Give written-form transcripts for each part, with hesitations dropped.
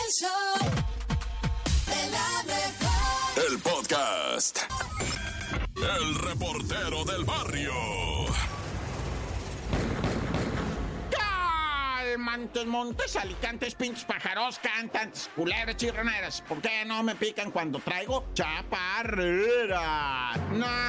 El show de la mejor. El podcast. El reportero del barrio. Montes, alicantes, pintos, pájaros, cantantes, culebras, chirroneras. ¿Por qué no me pican cuando traigo chaparrera?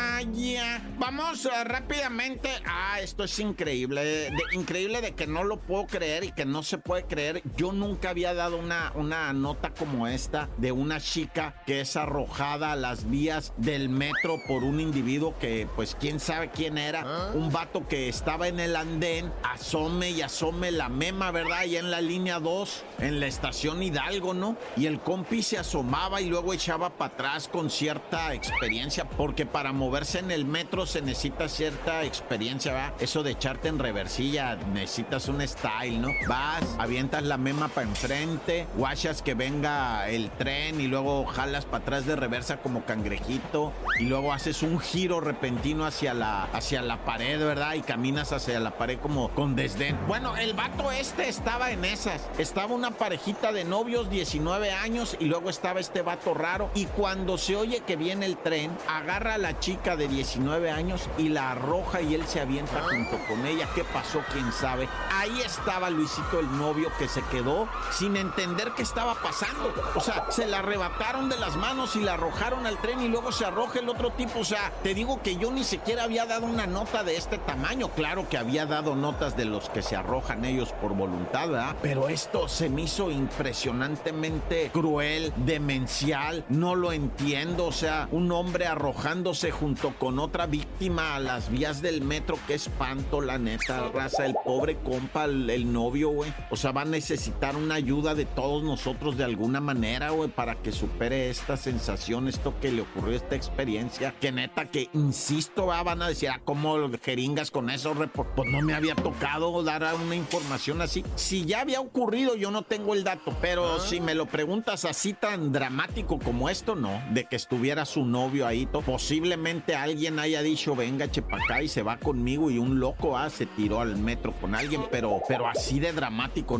Naya. Vamos rápidamente. Esto es increíble. Increíble de que no lo puedo creer y que no se puede creer. Yo nunca había dado una nota como esta de una chica que es arrojada a las vías del metro por un individuo que, pues, quién sabe quién era. Un vato que estaba en el andén, asome la mema, ¿verdad? Allá en la línea 2, en la estación Hidalgo, ¿no? Y el compi se asomaba y luego echaba para atrás con cierta experiencia, porque para moverse en el metro se necesita cierta experiencia, ¿verdad? Eso de echarte en reversilla, necesitas un style, ¿no? Vas, avientas la mema para enfrente, guachas que venga el tren y luego jalas para atrás de reversa como cangrejito y luego haces un giro repentino hacia la pared, ¿verdad? Y caminas hacia la pared como con desdén. Bueno, el vato estaba en esas. Estaba una parejita de novios, 19 años, y luego estaba este vato raro. Y cuando se oye que viene el tren, agarra a la chica de 19 años y la arroja y él se avienta junto con ella. ¿Qué pasó? ¿Quién sabe? Ahí estaba Luisito, el novio, que se quedó sin entender qué estaba pasando. O sea, se la arrebataron de las manos y la arrojaron al tren y luego se arroja el otro tipo. O sea, te digo que yo ni siquiera había dado una nota de este tamaño. Claro que había dado notas de los que se arrojan ellos por voluntad, ¿verdad? Pero esto se me hizo impresionantemente cruel, demencial, no lo entiendo. O sea, un hombre arrojándose junto con otra víctima a las vías del metro. Qué espanto, la neta, raza. El pobre compa, el novio, güey. O sea, va a necesitar una ayuda de todos nosotros de alguna manera, güey, para que supere esta sensación, esto que le ocurrió, esta experiencia. Que neta, que insisto, van a decir, ¿cómo jeringas con eso? Pues no me había tocado dar una información así. Si ya había ocurrido, yo no tengo el dato, pero si me lo preguntas así tan dramático como esto, no, de que estuviera su novio ahí, posiblemente alguien haya dicho, venga, chepa acá, y se va conmigo, y un loco se tiró al metro con alguien, pero así de dramático,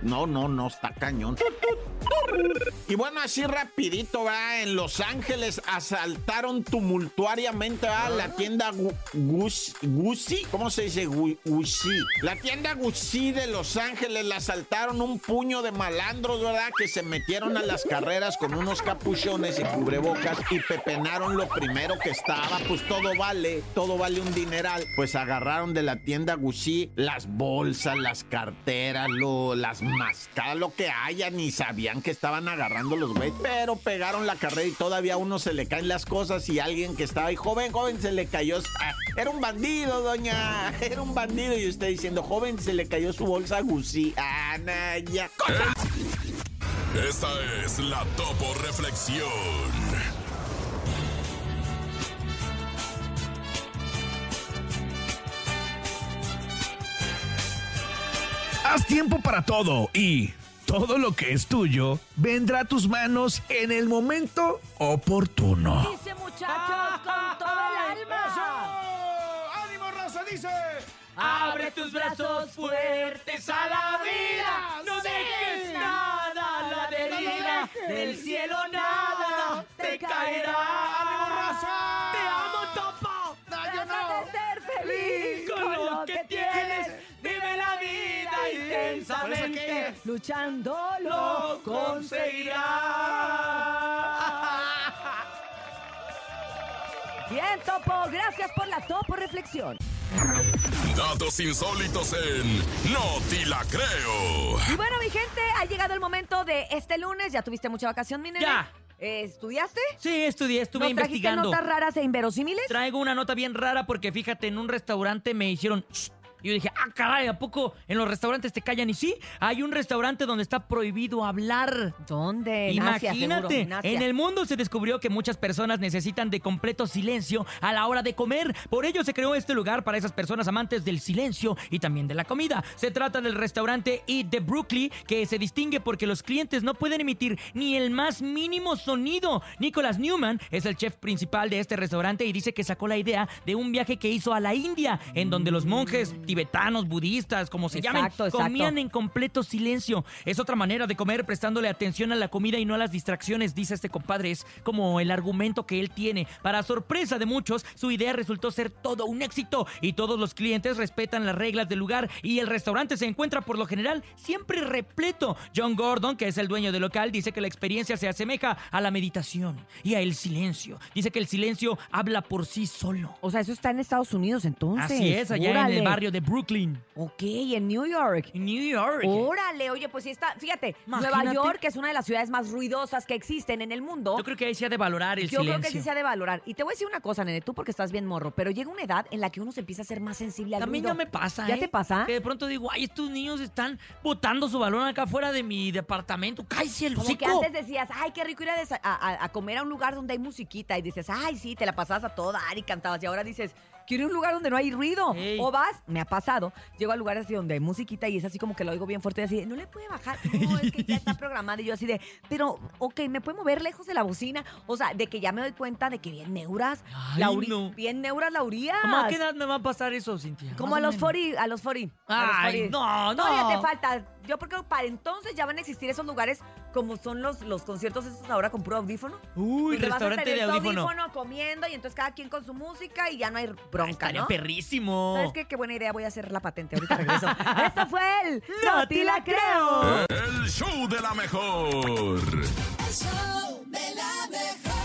no, está cañón. Y bueno, así rapidito, ¿verdad? En Los Ángeles asaltaron tumultuariamente, ¿verdad? La tienda Gucci, ¿cómo se dice? Gucci. La tienda Gucci de Los Ángeles la asaltaron un puño de malandros, ¿verdad? Que se metieron a las carreras con unos capuchones y cubrebocas y pepenaron lo primero que estaba. Pues todo vale un dineral. Pues agarraron de la tienda Gucci las bolsas, las carteras, las máscaras, lo que haya, ni sabían que estaban agarrando los güeyes, pero pegaron la carrera y todavía a uno se le caen las cosas y alguien que estaba ahí, joven, se le cayó. Era un bandido, doña, era un bandido. Y usted diciendo, joven, se le cayó su bolsa Gucci. Naya. Esta es la Topo Reflexión. Haz tiempo para todo y todo lo que es tuyo vendrá a tus manos en el momento oportuno. Dice, muchachos, con todo el alma. ¡Eso! ¡Ánimo, raza! Dice: Abre tus brazos fuertes a la vida. No dejes nada a la deriva. Del cielo nada te caerá. ¡Ánimo, raza! Te amo, Topo. Trata de ser feliz con lo que tienes. Vive la vida intensamente. Luchando lo conseguirás. Bien, Topo. Gracias por la Topo Reflexión. Datos insólitos en No Te La Creo. Y bueno, mi gente, ha llegado el momento de este lunes. ¿Ya tuviste mucha vacación, mi nene? Ya. ¿Estudiaste? Sí, estuve ¿Nos investigando. trajiste notas raras e inverosímiles? Traigo una nota bien rara porque fíjate, en un restaurante me hicieron... Y yo dije, caray, ¿a poco en los restaurantes te callan? Y sí, hay un restaurante donde está prohibido hablar. ¿Dónde? En Asia, Imagínate, seguro, en Asia. en el mundo se descubrió que muchas personas necesitan de completo silencio a la hora de comer. Por ello se creó este lugar para esas personas amantes del silencio y también de la comida. Se trata del restaurante Eat the Brooklyn, que se distingue porque los clientes no pueden emitir ni el más mínimo sonido. Nicholas Newman es el chef principal de este restaurante y dice que sacó la idea de un viaje que hizo a la India, en donde los monjes tibetanos, budistas, como se llamen, Exacto. comían en completo silencio. Es otra manera de comer prestándole atención a la comida y no a las distracciones, dice este compadre. Es como el argumento que él tiene. Para sorpresa de muchos, su idea resultó ser todo un éxito y todos los clientes respetan las reglas del lugar y el restaurante se encuentra por lo general siempre repleto. John Gordon, que es el dueño del local, dice que la experiencia se asemeja a la meditación y a el silencio. Dice que el silencio habla por sí solo. O sea, eso está en Estados Unidos entonces. Así es, allá en Órale. el barrio de Brooklyn. Ok, en New York. En New York. Órale, oye, pues sí está, fíjate, Nueva Imagínate. York es una de las ciudades más ruidosas que existen en el mundo. Yo creo que ahí se ha de valorar el Yo silencio. creo que sí se ha de valorar. Y te voy a decir una cosa, nene, tú porque estás bien morro, pero llega una edad en la que uno se empieza a ser más sensible al También ruido. ya me pasa, ¿Ya te pasa? Que de pronto digo, ay, estos niños están botando su balón acá afuera de mi departamento. ¡Cállese el Como hocico! que antes decías, ay, qué rico ir a comer a un lugar donde hay musiquita. Y dices, ay, sí, te la pasabas a todo dar y cantabas. Y ahora dices, quiero ir a un lugar donde no hay ruido. Ey. O vas, me ha pasado, llego a lugares así donde hay musiquita y es así como que lo oigo bien fuerte y así, no le puede bajar. No, es que ya está programada. Y yo así de, pero, ok, ¿me puede mover lejos de la bocina? O sea, de que ya me doy cuenta de que bien neuras. Ay, no. Bien neuras, Laurías. ¿Cómo a qué edad me va a pasar eso, Cintia? Como Más a o los menos. 40, a los 40. Ay, no. Todavía te falta. Yo creo que para entonces ya van a existir esos lugares como son los conciertos estos ahora con puro audífono. Uy, Donde vas a restaurante de tener tu audífono. comiendo y entonces cada quien con su música y ya no hay bronca, Estaría ¿no? perrísimo. ¿Sabes qué? Qué buena idea. Voy a hacer la patente. Ahorita regreso. Esto fue el ¡No te la creo! El show de la mejor. El show de la mejor.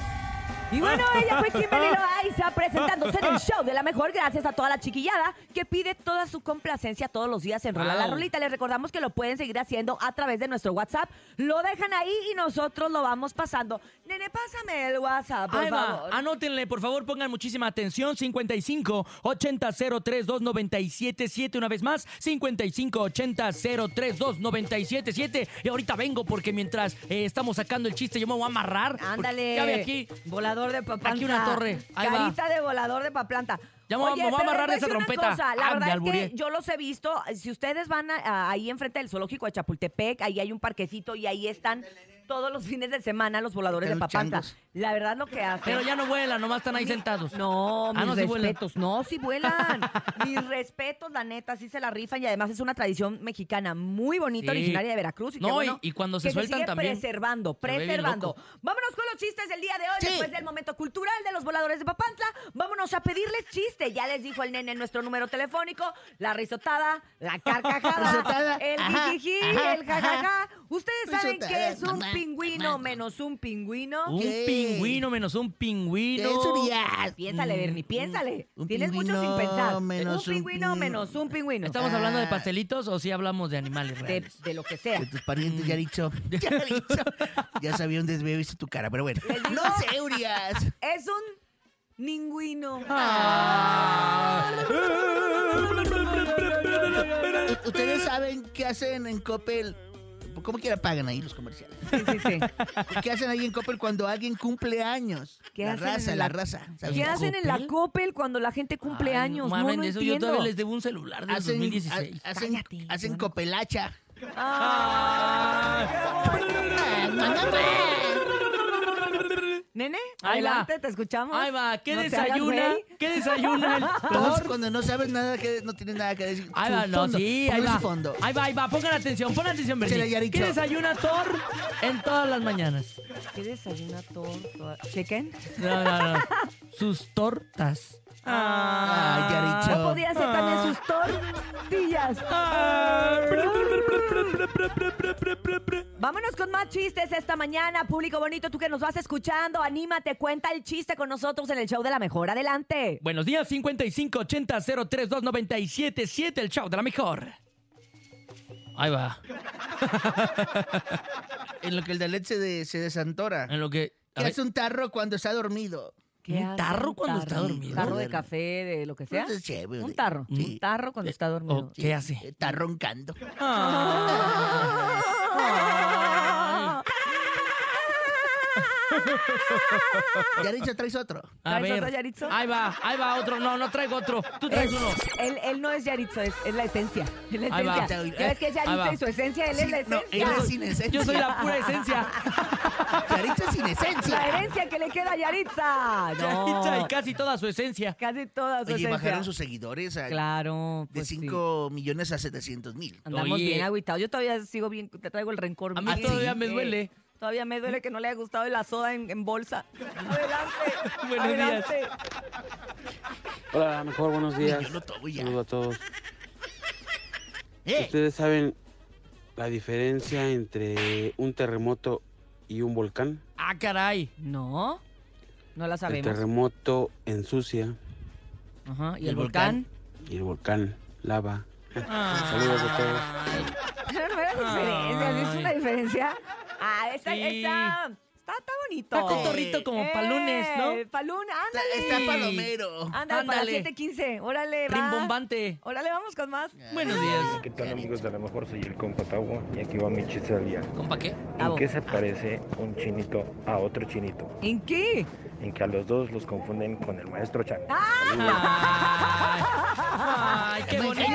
Y bueno, ella fue Kimberly Loaiza presentándose en el show de la mejor gracias a toda la chiquillada que pide toda su complacencia todos los días en Rola la Wow. Rolita. Les recordamos que lo pueden seguir haciendo a través de nuestro WhatsApp. Lo dejan ahí y nosotros lo vamos pasando. Nene, pásame el WhatsApp, por Ahí va, favor. anótenle, por favor, pongan muchísima atención. 55 80 032 977. Una vez más, 55 80 032 977. Y ahorita vengo porque mientras estamos sacando el chiste, yo me voy a amarrar. porque Ándale. Ya ve aquí. Volador de paplanta. Aquí una torre. Ahí va. Carita de volador de paplanta. Ya me voy a pero amarrar les de voy esa a decir una trompeta. cosa, la Ah, verdad me es que albureé. yo los he visto. Si ustedes van ahí enfrente del zoológico de Chapultepec, ahí hay un parquecito y ahí están todos los fines de semana los voladores de Están los papantla. changos. La verdad lo que hacen. Pero ya no vuelan, nomás están ahí sentados. No, mis no, sí vuelan. respetos. No, sí vuelan. Mis respetos, la neta, sí se la rifan y además es una tradición mexicana muy bonita, Sí. originaria de Veracruz. Y No, qué bueno y cuando se que sueltan sigue también. preservando, Se ve bien preservando. loco. Vámonos con los chistes del día de hoy, Sí. después del momento cultural de los voladores de Papantla. Vámonos a pedirles chiste. Ya les dijo el nene nuestro número telefónico, la risotada, la carcajada, Risotada, el ajá, jijiji, ajá, el jajaja. ¿Ustedes saben Risotada, qué es un mamá, pingüino mamá. menos un pingüino? Un ¿Qué? pingüino menos un pingüino. ¿Qué es, Urias? Piénsale, Bernie, piénsale. Un Tienes mucho sin pingüino pensar. menos un un pingüino pingüino. menos un pingüino. ¿Estamos hablando de pastelitos o sí hablamos de animales de, reales? de lo que sea. De tus parientes, Yaricho. Yaricho. Ya sabía un desveo y tu cara, pero bueno. Les digo- No sé, Urias. Es un ningüino. Ustedes saben qué hacen en Coppel. ¿Cómo quiera pagan ahí los comerciales? Sí, sí, sí. ¿Qué hacen ahí en Coppel cuando alguien cumple años? ¿Qué la hacen raza, en la la- raza. ¿sabes? ¿Qué hacen en la ¿Coppel? Coppel cuando la gente cumple Ay, años? No, mamen, no de eso yo entiendo. todavía les debo un celular del 2016. Cállate, hacen bueno. copelacha. Nene, Ahí va. adelante, te escuchamos. Ahí va, ¿qué No te hagas desayuna? güey. ¿Qué desayuna el Todos Thor? cuando no sabes nada, no tienes nada que decir. Ahí va, Su no, fondo, sí, ahí ponle va. su fondo. Ahí va, pongan atención, Se le haya Bernie. dicho. ¿Qué desayuna Thor en todas las mañanas? ¿Qué desayuna todo? ¿Chicken? No. Sus tortas. Ay, Yaricho. ¿No podía ser también sus tortillas? Vámonos con más chistes esta mañana. Público bonito, tú que nos vas escuchando, anímate, cuenta el chiste con nosotros en el show de la mejor. Adelante. Buenos días, 5580-032-977, el show de la mejor. Ahí va. En lo que el Dalet se desantora. En lo que... a ¿Qué ver, hace un tarro cuando está dormido? ¿Qué ¿Un hace tarro un cuando tarro? está dormido? ¿Tarro de café, de lo que sea? Pues es chévere. Un tarro. Sí. Un tarro cuando está dormido. ¿O ¿Qué hace? Está roncando. Yaritza, ¿traes otro? A ¿Traes ver. otro, Yaritzo? Ahí va otro. No traigo otro. Tú traes uno. Él no es Yaritzo, es la esencia. Es la Ahí va. esencia. ¿Ya ves que es Ahí va. Yaritzo y su esencia? Él es la No, esencia. él es sin esencia. Yo soy la pura esencia. Yaritza sin La esencia. herencia que le queda a Yaritza. No. Yaritza y casi toda su esencia. Casi toda su Oye, esencia. bajaron sus seguidores Claro. de Pues sí. 5 millones a 700,000. Andamos Oye. bien agüitados. Yo todavía sigo bien, te traigo el rencor. A mí bien. todavía me duele. Todavía me duele que no le haya gustado la soda en bolsa. Adelante. Buenos días. adelante. Hola, mejor buenos días. Yo lo tomo ya. Saludos a todos. ¡Eh! ¿Ustedes saben la diferencia entre un terremoto y un volcán? Ah, caray. No, no la El sabemos. terremoto ensucia Ajá. ¿Y ¿El el volcán? y el volcán lava. Ah. Saludos a todos. Pero no era diferencia, ¿sí es una diferencia? Ah, esa, Sí. está bonito. Está cotorrito como pa' lunes, ¿no? Pa' lunes, ándale. Está palomero. Ándale, para las Ándale. 7:15. Órale, va. Rimbombante. Órale, vamos con más. Buenos días. ¿Qué tal, amigos? De lo mejor soy el compa Tavo y aquí va mi chiste del día. ¿Compa qué? ¿En Tavo. qué se parece un chinito a otro chinito? ¿En qué? En que a los dos los confunden con el maestro Chan. Ay, qué bonito.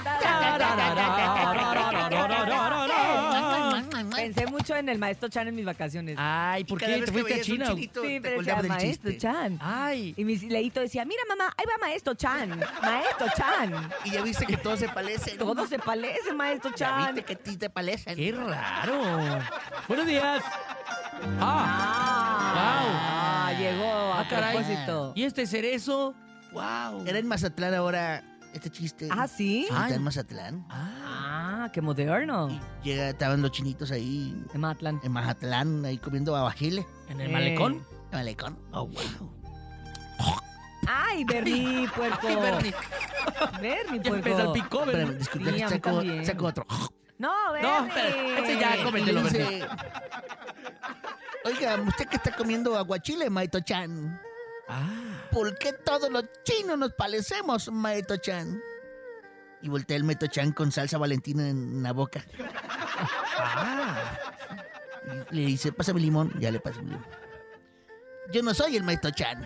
Pensé mucho en el maestro Chan en mis vacaciones. Ay, ¿por Cada qué? vez ¿Te que fuiste a veías un China? chinito, Sí, te pero acordabas decía del maestro chiste. Chan. Ay. Y mi leíto decía, mira mamá, ahí va maestro Chan. Maestro Chan. Y ya viste que todos se parecen. Todos se parecen, maestro Ya Chan. viste que a ti te parecen. Qué raro. Buenos días. Llegó a caray. propósito. ¿Y este cerezo? Wow. Era en Mazatlán ahora este chiste. Ah, ¿sí? Está en Mazatlán. Ah, qué moderno. Y estaban los chinitos ahí En Matlán. en Mazatlán, ahí comiendo aguajile. ¿En el malecón? En Malecón. Oh, wow. Ay, Bernie, puerco. Bernie, Ya puerco. me salpicó, Espérame, ¿verdad? disculpe, Sí, a mí saco también. otro. No, Bernie. No, espera, ese ya Y cómetelo, le Bernie. dice, oiga, usted que está comiendo aguachile, Maito-chan. ¿Por qué todos los chinos nos parecemos, Maito-chan? Y voltea el Maito-chan con salsa valentina en la boca. Y le dice, pásame limón. Ya le pasa el limón. Yo no soy el Maito-chan.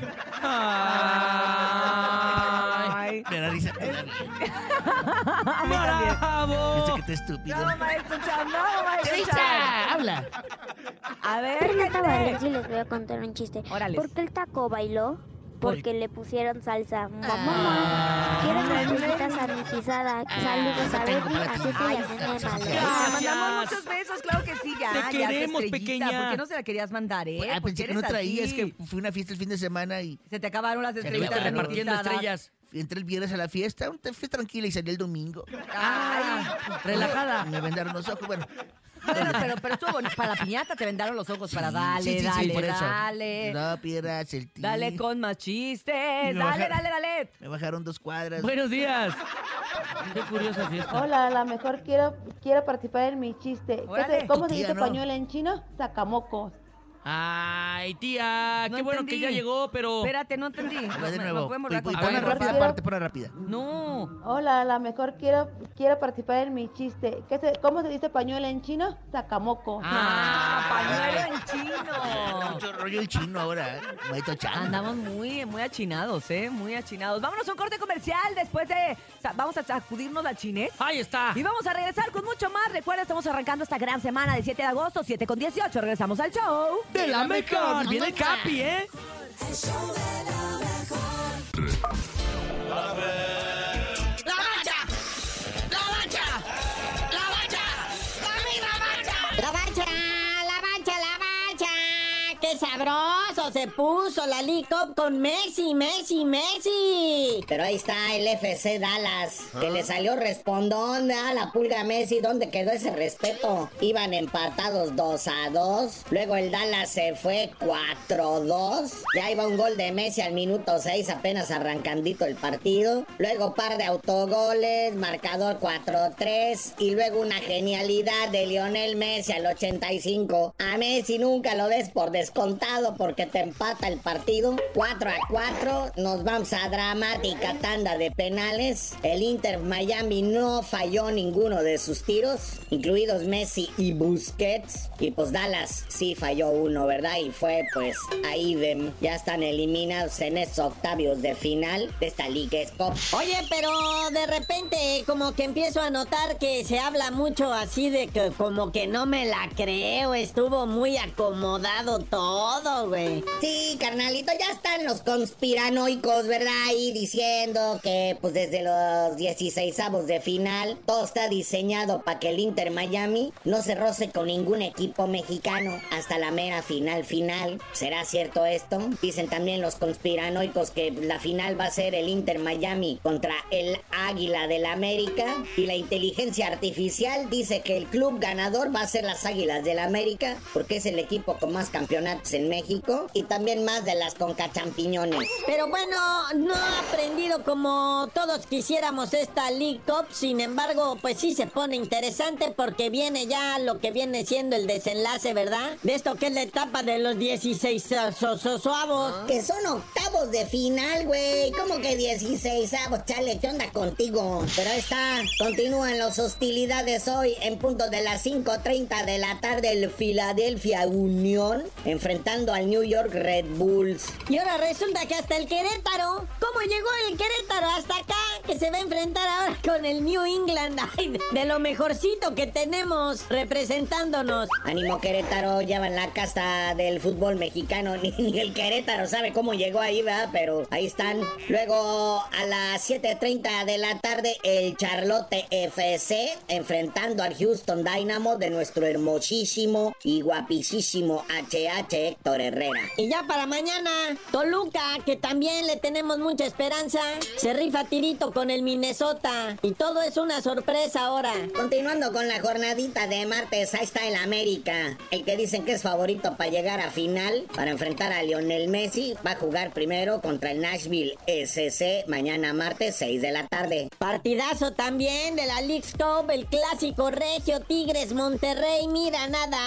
Ay. Me da risa todavía. A mí también. ¡Bravo! Dice que está estúpido. No, maestro Chan, no, maestro Chan. ¡Teresa! ¡Habla! A ver, Renata Valdés, gente. y les voy a contar un chiste. Órale. ¿Por qué el taco bailó? Porque le pusieron salsa. Mamá, quiero una cosita sanitizada. Saludos a Betty, a Ceci y a Nene Malo. Te mandamos Gracias. muchos besos, claro que sí, ya. Te ya, queremos, estrellita. pequeña. ¿Por qué no se la querías mandar, Ah, ¿Por pensé qué que no eres traía, es así? que fue una fiesta el fin de semana y Se te acabaron las estrellitas Estuviste Claro. repartiendo sanitizadas. estrellas. entré el viernes a la fiesta, fui tranquila y salí el domingo. Ay, Relajada. Me vendaron los ojos, bueno. bueno, pero estuvo bonito. Para la piñata te vendaron los ojos para dale, por eso. dale. No pierdas el tiempo. Dale con más chistes. Me Dale, bajaron- dale. Me bajaron 2 cuadras. Buenos días. Qué curiosa fiesta. Hola, a lo mejor quiero participar en mi chiste. Órale. ¿Cómo Tu se tía, dice ¿no? pañuelo en chino? Sacamocos. Ay, tía, No qué bueno entendí. que ya llegó, pero... Espérate, no entendí. Va de ¿Me nuevo. pueden Y volver a pon contar? una Mejor rápida quiero- aparte, pon una rápida. No. Hola, a lo mejor quiero participar en mi chiste. ¿Cómo se dice pañuelo en chino? Sacamocos. Pañuelo en Anda chino. mucho rollo el chino ahora, ¿eh? Maito Chan. Andamos muy achinados, muy achinados. Vámonos a un corte comercial. Después vamos a sacudirnos la chinés. Ahí está. Y vamos a regresar con mucho más. Recuerda, estamos arrancando esta gran semana del 7 de agosto, 7:18. Regresamos al show. De la mejor. Viene el Capi, ¿eh? El show de la mejor. ¡Qué sabroso se puso la League Cup con Messi! Pero ahí está el FC Dallas, que le salió respondón a la pulga Messi. ¿Dónde quedó ese respeto? Iban empatados 2-2. Luego el Dallas se fue 4-2. Ya iba un gol de Messi al minuto 6, apenas arrancandito el partido. Luego par de autogoles, marcador 4-3. Y luego una genialidad de Lionel Messi al 85. A Messi nunca lo des por descontado. enojado porque te empata el partido. 4-4, nos vamos a dramática tanda de penales. El Inter Miami no falló ninguno de sus tiros, incluidos Messi y Busquets. Y pues Dallas sí falló uno, ¿verdad? Y fue pues ahí ya están eliminados en estos octavios de final de esta Leagues Cup. Oye, pero de repente como que empiezo a notar que se habla mucho así de que como que no me la creo, estuvo muy acomodado todo, güey. Sí, carnalito, ya están los conspiranoicos, ¿verdad? Ahí diciendo que pues desde los 16avos de final todo está diseñado para que el Inter Miami no se roce con ningún equipo mexicano hasta la mera final. ¿Será cierto esto? Dicen también los conspiranoicos que la final va a ser el Inter Miami contra el Águila del América, y la inteligencia artificial dice que el club ganador va a ser las Águilas del América porque es el equipo con más campeonatos en México y también más de las Concachampiñones. Pero bueno, no ha aprendido como todos quisiéramos esta League Cup. Sin embargo, pues sí se pone interesante porque viene ya lo que viene siendo el desenlace, ¿verdad? De esto que es la etapa de los 16avos. Que son octavos de final, güey. ¿Cómo que 16avos? Chale, ¿qué onda contigo? Pero ahí está, continúan las hostilidades hoy en punto de las 5:30 de la tarde. El Philadelphia Union enfrentando al New York Red Bulls. Y ahora resulta que hasta el Querétaro. ¿Cómo llegó el Querétaro hasta acá? Que se va a enfrentar ahora con el New England. Ay, de lo mejorcito que tenemos representándonos. Ánimo, Querétaro, llevan la casta del fútbol mexicano. Ni el Querétaro sabe cómo llegó ahí, ¿verdad? Pero ahí están. Luego a las 7:30 de la tarde el Charlotte FC enfrentando al Houston Dynamo de nuestro hermosísimo y guapísimo HH Héctor Herrera. Y ya para mañana, Toluca, que también le tenemos mucha esperanza, se rifa tirito con el Minnesota. Y todo es una sorpresa ahora. Continuando con la jornadita de martes, ahí está el América, el que dicen que es favorito para llegar a final, para enfrentar a Lionel Messi. Va a jugar primero contra el Nashville SC mañana martes 6 de la tarde. Partidazo también de la Leagues Cup, el clásico regio Tigres Monterrey. Mira nada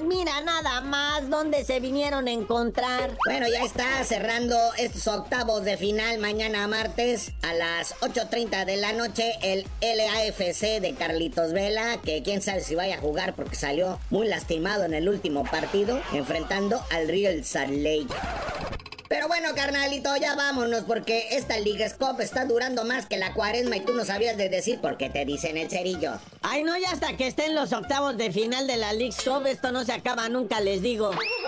más dónde se vinieron a encontrar. Bueno, ya está cerrando estos octavos de final mañana martes a las 8:30 de la noche el LAFC de Carlitos Vela, que quién sabe si vaya a jugar porque salió muy lastimado en el último partido, enfrentando al Real Salt Lake. Pero bueno, carnalito, ya vámonos porque esta Leagues Cup está durando más que la cuaresma y tú no sabías de decir por qué te dicen el cerillo. Ay, no, ya hasta que estén los octavos de final de la Leagues Cup, esto no se acaba nunca, les digo.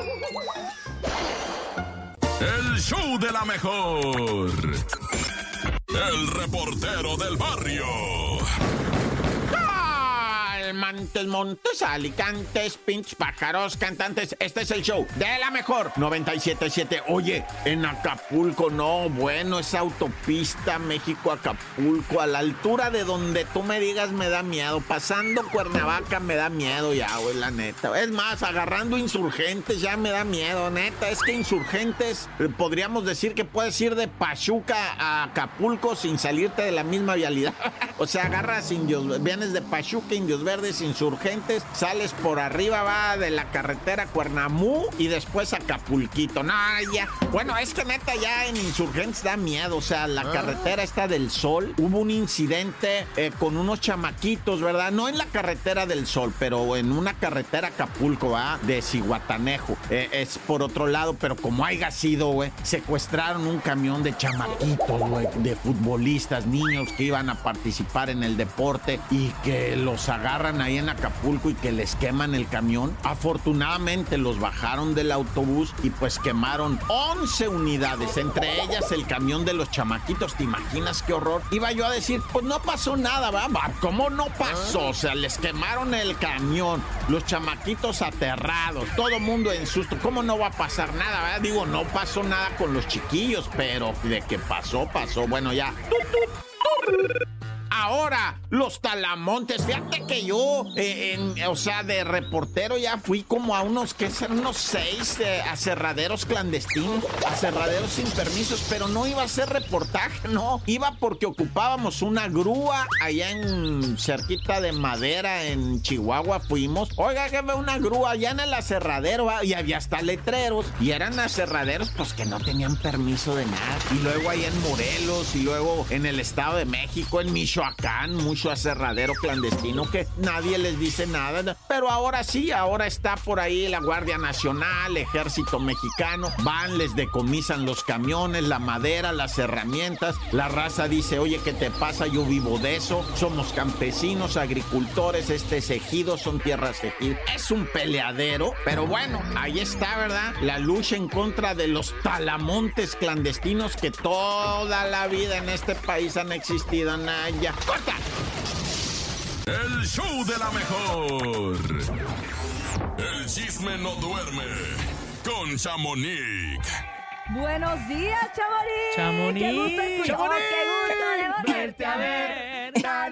El show de la mejor. El reportero del barrio. Montes, Montes, Alicantes, Pinch, Pájaros, Cantantes. Este es el show de la mejor 97.7. Oye, en Acapulco, no, bueno, esa autopista México-Acapulco, a la altura de donde tú me digas me da miedo. Pasando Cuernavaca me da miedo ya, güey, la neta. Es más, agarrando Insurgentes ya me da miedo, neta. Es que Insurgentes, podríamos decir que puedes ir de Pachuca a Acapulco sin salirte de la misma vialidad. O sea, agarras vienes de Pachuca, Indios Verdes, Insurgentes, sales por arriba, va de la carretera Cuernamú y después Acapulquito. No, ya. Bueno, es que neta ya en Insurgentes da miedo. O sea, la carretera esta del Sol, hubo un incidente con unos chamaquitos, ¿verdad? No en la carretera del Sol, pero en una carretera Acapulco, ¿va? De Zihuatanejo. Es por otro lado, pero como haya sido, güey, secuestraron un camión de chamaquitos, güey, de futbolistas, niños que iban a participar en el deporte y que los agarran ahí en Acapulco y que les queman el camión. Afortunadamente los bajaron del autobús y pues quemaron 11 unidades, entre ellas el camión de los chamaquitos. ¿Te imaginas qué horror? Iba yo a decir, pues no pasó nada, ¿va? ¿Cómo no pasó? O sea, les quemaron el camión, los chamaquitos aterrados, todo mundo en susto. ¿Cómo no va a pasar nada, verdad? Digo, no pasó nada con los chiquillos, pero de que pasó, pasó. Bueno, ya. Ahora, los talamontes. Fíjate que yo, o sea, de reportero ya fui como a unos 6 aserraderos clandestinos, aserraderos sin permisos, pero no iba a hacer reportaje, no. Iba porque ocupábamos una grúa allá en cerquita de Madera, en Chihuahua fuimos. Oiga, jefe, una grúa allá en el aserradero, y había hasta letreros, y eran aserraderos pues que no tenían permiso de nada. Y luego ahí en Morelos, y luego en el Estado de México, en Michoacán, mucho aserradero clandestino que nadie les dice nada. Pero ahora sí, ahora está por ahí la Guardia Nacional, Ejército Mexicano, van, les decomisan los camiones, la madera, las herramientas. La raza dice, oye, ¿qué te pasa? Yo vivo de eso, somos campesinos, agricultores, este es ejido, son tierras ejido. Es un peleadero, pero bueno, ahí está, ¿verdad? La lucha en contra de los talamontes clandestinos que toda la vida en este país han existido. Naya. ¡Corta! El show de la mejor. El chisme no duerme con Chamonix. Buenos días, Chamonix. Chamonix. Qué gusto escuchar. Qué gusto verte a ver.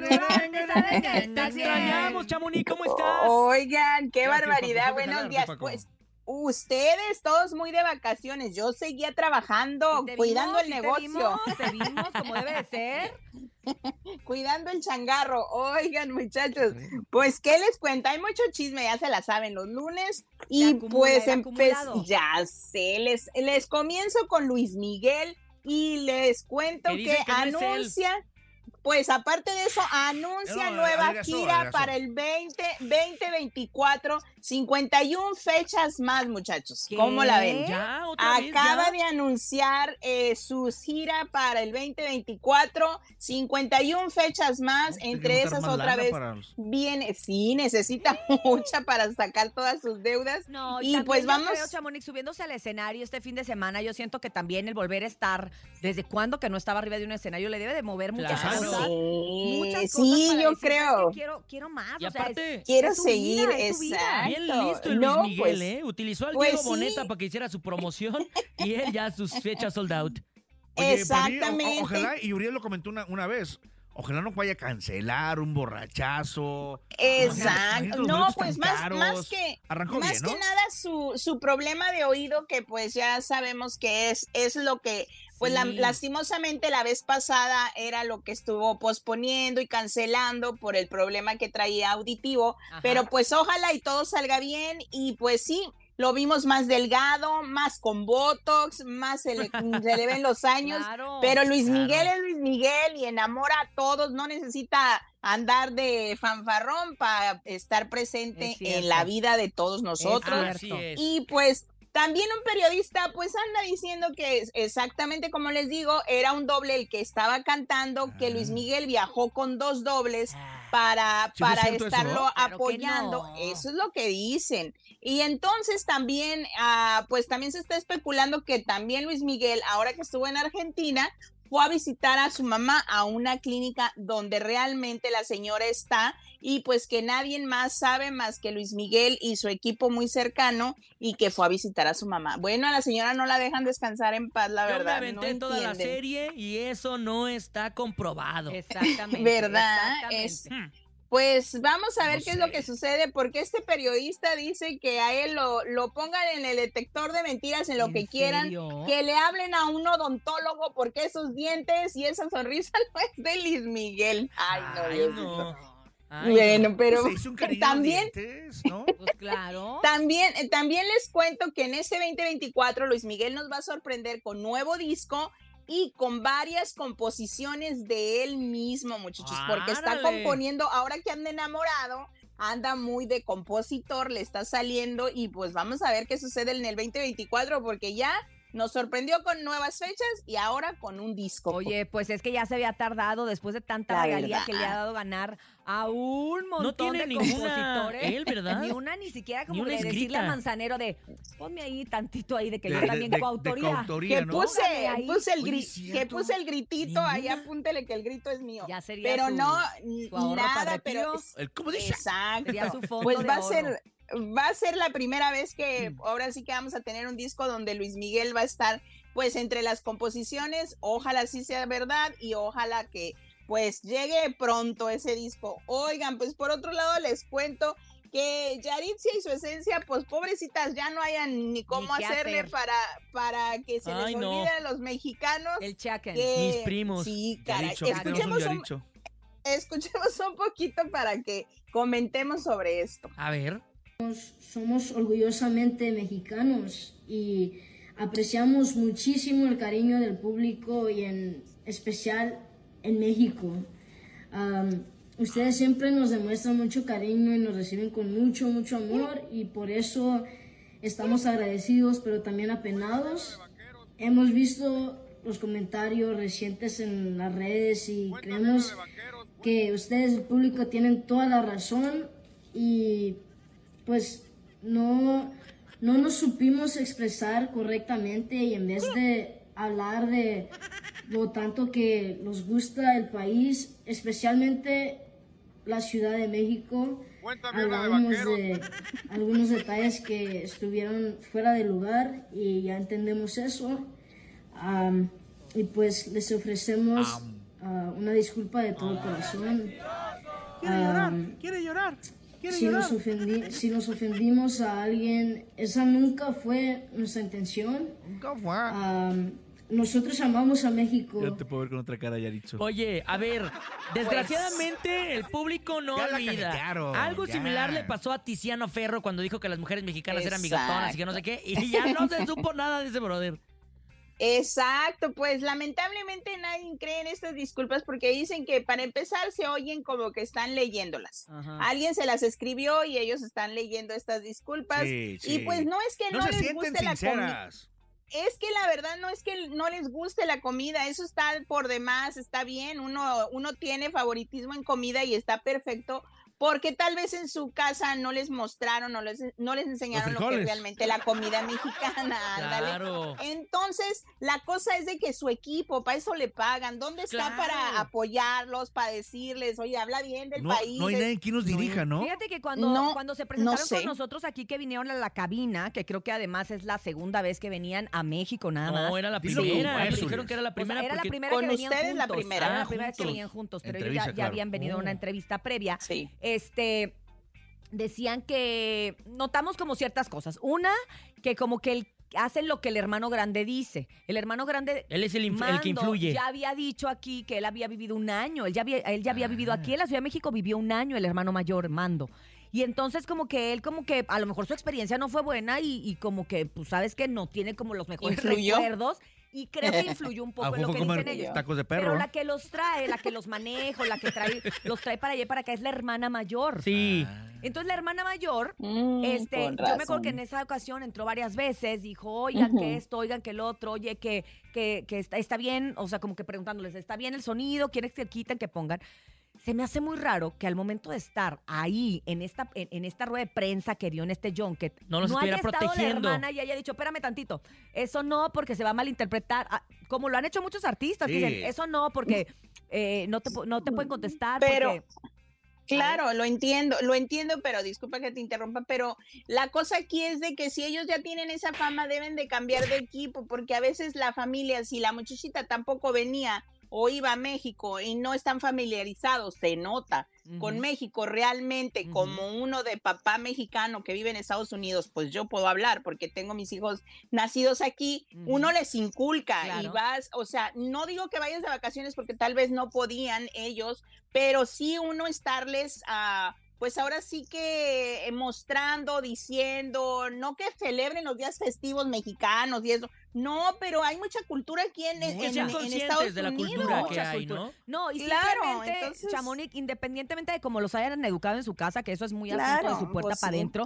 Te extrañamos, Chamonix. ¿Cómo estás? Oigan, qué barbaridad. Buenos días. Pues ustedes todos muy de vacaciones. Yo seguía trabajando, cuidando el negocio. Te vimos como debe de ser. Cuidando el changarro. Oigan, muchachos, pues qué les cuento, hay mucho chisme, ya se la saben los lunes. Y pues ya sé, les comienzo con Luis Miguel y les cuento que anuncia. Pues aparte de eso, anuncia nueva gira para el 2024, 51 fechas más, muchachos. ¿Qué? ¿Cómo la ven? Acaba de anunciar su gira para el 2024, 51 fechas más, entre esas otra vez viene, sí, necesita mucha para sacar todas sus deudas. No, y pues vamos. Creo, Chamonix, subiéndose al escenario este fin de semana, yo siento que también el volver a estar, ¿desde cuándo que no estaba arriba de un escenario? Le debe de mover muchas cosas. Sí, yo creo. Quiero más. Y aparte, quiero seguir, exacto. Bien listo el Luis Miguel, utilizó al Diego Boneta para que hiciera su promoción y él ya sus fechas sold out. Oye, exactamente. Ojalá, y Uriel lo comentó una vez, ojalá no vaya a cancelar un borrachazo. Exacto. No, pues más que bien, ¿no? que nada su problema de oído, que pues ya sabemos que es lo que pues lastimosamente la vez pasada era lo que estuvo posponiendo y cancelando por el problema que traía auditivo. Ajá. Pero pues ojalá y todo salga bien, y pues sí, lo vimos más delgado, más con botox, más se le ven los años. Claro, pero Luis Miguel es Luis Miguel y enamora a todos, no necesita andar de fanfarrón para estar presente en la vida de todos nosotros. Y pues también un periodista pues anda diciendo que exactamente como les digo, era un doble el que estaba cantando, que Luis Miguel viajó con 2 dobles para estarlo eso, ¿no? apoyando. No. Eso es lo que dicen. Y entonces también, pues también se está especulando que también Luis Miguel, ahora que estuvo en Argentina, fue a visitar a su mamá a una clínica donde realmente la señora está, y pues que nadie más sabe más que Luis Miguel y su equipo muy cercano, y que fue a visitar a su mamá. Bueno, a la señora no la dejan descansar en paz, la verdad. Yo me aventé toda la serie y eso no está comprobado. Exactamente. ¿Verdad? Pues vamos a ver qué es lo que sucede, porque este periodista dice que a él lo pongan en el detector de mentiras, en lo que quieran, que le hablen a un odontólogo, porque esos dientes y esa sonrisa no es de Luis Miguel. Ay, no, Dios mío. Bueno, pero también, dientes, ¿no? Pues claro. También les cuento que en este 2024 Luis Miguel nos va a sorprender con nuevo disco y con varias composiciones de él mismo, muchachos, porque está componiendo, ahora que anda enamorado, anda muy de compositor, le está saliendo, y pues vamos a ver qué sucede en el 2024, porque ya nos sorprendió con nuevas fechas y ahora con un disco. Oye, pues es que ya se había tardado después de tanta regalía que le ha dado ganar a un montón de compositores. Él, ¿verdad? Ni una, ni siquiera como de decirle a Manzanero de, ponme ahí tantito ahí de que yo también coautoría. Que puse el gritito, ahí apúntele que el grito es mío. Ya sería pero su, no, su nada, pero ¿cómo dice? Exacto. Sería su fondo pues de va a ser la primera vez que ahora sí que vamos a tener un disco donde Luis Miguel va a estar pues entre las composiciones. Ojalá sí sea verdad, y ojalá que pues llegue pronto ese disco. Oigan, pues por otro lado les cuento que Yaritzia y su esencia, pues pobrecitas, ya no hayan ni cómo hacerle para que se les olvide a los mexicanos. El chaken. Mis primos. Sí, caray. Yaricho, Escuchemos un poquito para que comentemos sobre esto. A ver. Somos orgullosamente mexicanos y apreciamos muchísimo el cariño del público y en especial en México. Ustedes siempre nos demuestran mucho cariño y nos reciben con mucho, mucho amor y por eso estamos agradecidos pero también apenados. Hemos visto los comentarios recientes en las redes y creemos que ustedes, el público, tienen toda la razón y pues no nos supimos expresar correctamente y en vez de hablar de lo tanto que nos gusta el país, especialmente la Ciudad de México, hablamos de algunos detalles que estuvieron fuera de lugar y ya entendemos eso. Y pues les ofrecemos una disculpa de todo corazón. Quiere llorar. Si nos ofendimos a alguien, esa nunca fue nuestra intención. Nunca fue. Nosotros amamos a México. Yo te puedo ver con otra cara, Yaricho. Oye, a ver, desgraciadamente el público no Ya la olvida. cajetearon, Algo ya. similar le pasó a Tiziano Ferro cuando dijo que las mujeres mexicanas eran Exacto. bigotonas y que no sé qué, y ya no se supo nada de ese brother. Exacto, pues lamentablemente nadie cree en estas disculpas porque dicen que para empezar se oyen como que están leyéndolas. Ajá. Alguien se las escribió y ellos están leyendo estas disculpas. Sí, Y pues no es que no, se les sienten guste la comida. sinceras. Es que la verdad no es que no les guste la comida, eso está por demás, está bien, uno tiene favoritismo en comida y está perfecto, porque tal vez en su casa no les mostraron, no les enseñaron lo que es realmente la comida mexicana, ándale. Claro. Entonces, la cosa es de que su equipo, para eso le pagan, ¿dónde está para apoyarlos, para decirles, oye, habla bien del país? No hay nadie que nos dirija, ¿no? Fíjate que cuando se presentaron sé. con nosotros aquí, que vinieron a la cabina, que creo que además es la segunda vez que venían a México nada más. No, era la Dilo primera. con eso, Dijeron que era la primera. Era la porque- primera con que venían ustedes la juntos. primera. Era la Ah, primera vez que juntos. venían juntos, pero ellos Entrevista, ya claro. habían venido a una entrevista previa. Sí. Decían que notamos como ciertas cosas. Una, que como que hacen lo que el hermano grande dice. El hermano grande, Él es el que Mando, influye. ya había dicho aquí que él había vivido un año. Él ya había vivido aquí en la Ciudad de México, vivió un año el hermano mayor, Mando. Y entonces como que a lo mejor su experiencia no fue buena y como que, pues sabes que no tiene como los mejores ¿Influyó? recuerdos. Y creo que influyó un poco en lo que dicen ellos. tacos de perro. Pero la que los trae, la que los maneja, la que los trae para allá y para acá es la hermana mayor. Sí. Entonces la hermana mayor, con yo me acuerdo razón. que en esa ocasión entró varias veces, dijo, oigan que esto, oigan que el otro, oye, que está bien, o sea, como que preguntándoles, ¿está bien el sonido? ¿Quieren que quiten, que pongan? Se me hace muy raro que al momento de estar ahí, en esta rueda de prensa que dio en este junket, No los haya estuviera estado protegiendo. la hermana y haya dicho, espérame tantito, eso no, porque se va a malinterpretar, como lo han hecho muchos artistas, Sí. que dicen, eso no, porque no te pueden contestar, Pero- porque... Claro, lo entiendo, pero disculpa que te interrumpa, pero la cosa aquí es de que si ellos ya tienen esa fama deben de cambiar de equipo, porque a veces la familia, si la muchachita tampoco venía o iba a México y no están familiarizados, se nota con México realmente como uno de papá mexicano que vive en Estados Unidos, pues yo puedo hablar porque tengo mis hijos nacidos aquí, uno les inculca y Claro. vas, o sea, no digo que vayas de vacaciones porque tal vez no podían ellos, pero sí uno estarles pues ahora sí que mostrando, diciendo, no que celebren los días festivos mexicanos y eso, no, pero hay mucha cultura aquí en Estados conscientes de la Unidos. cultura que hay, ¿no? No, y Claro, simplemente, entonces- Chamonix, independientemente de cómo los hayan educado en su casa, que eso es muy Claro, asunto de su puerta pues para sí. adentro,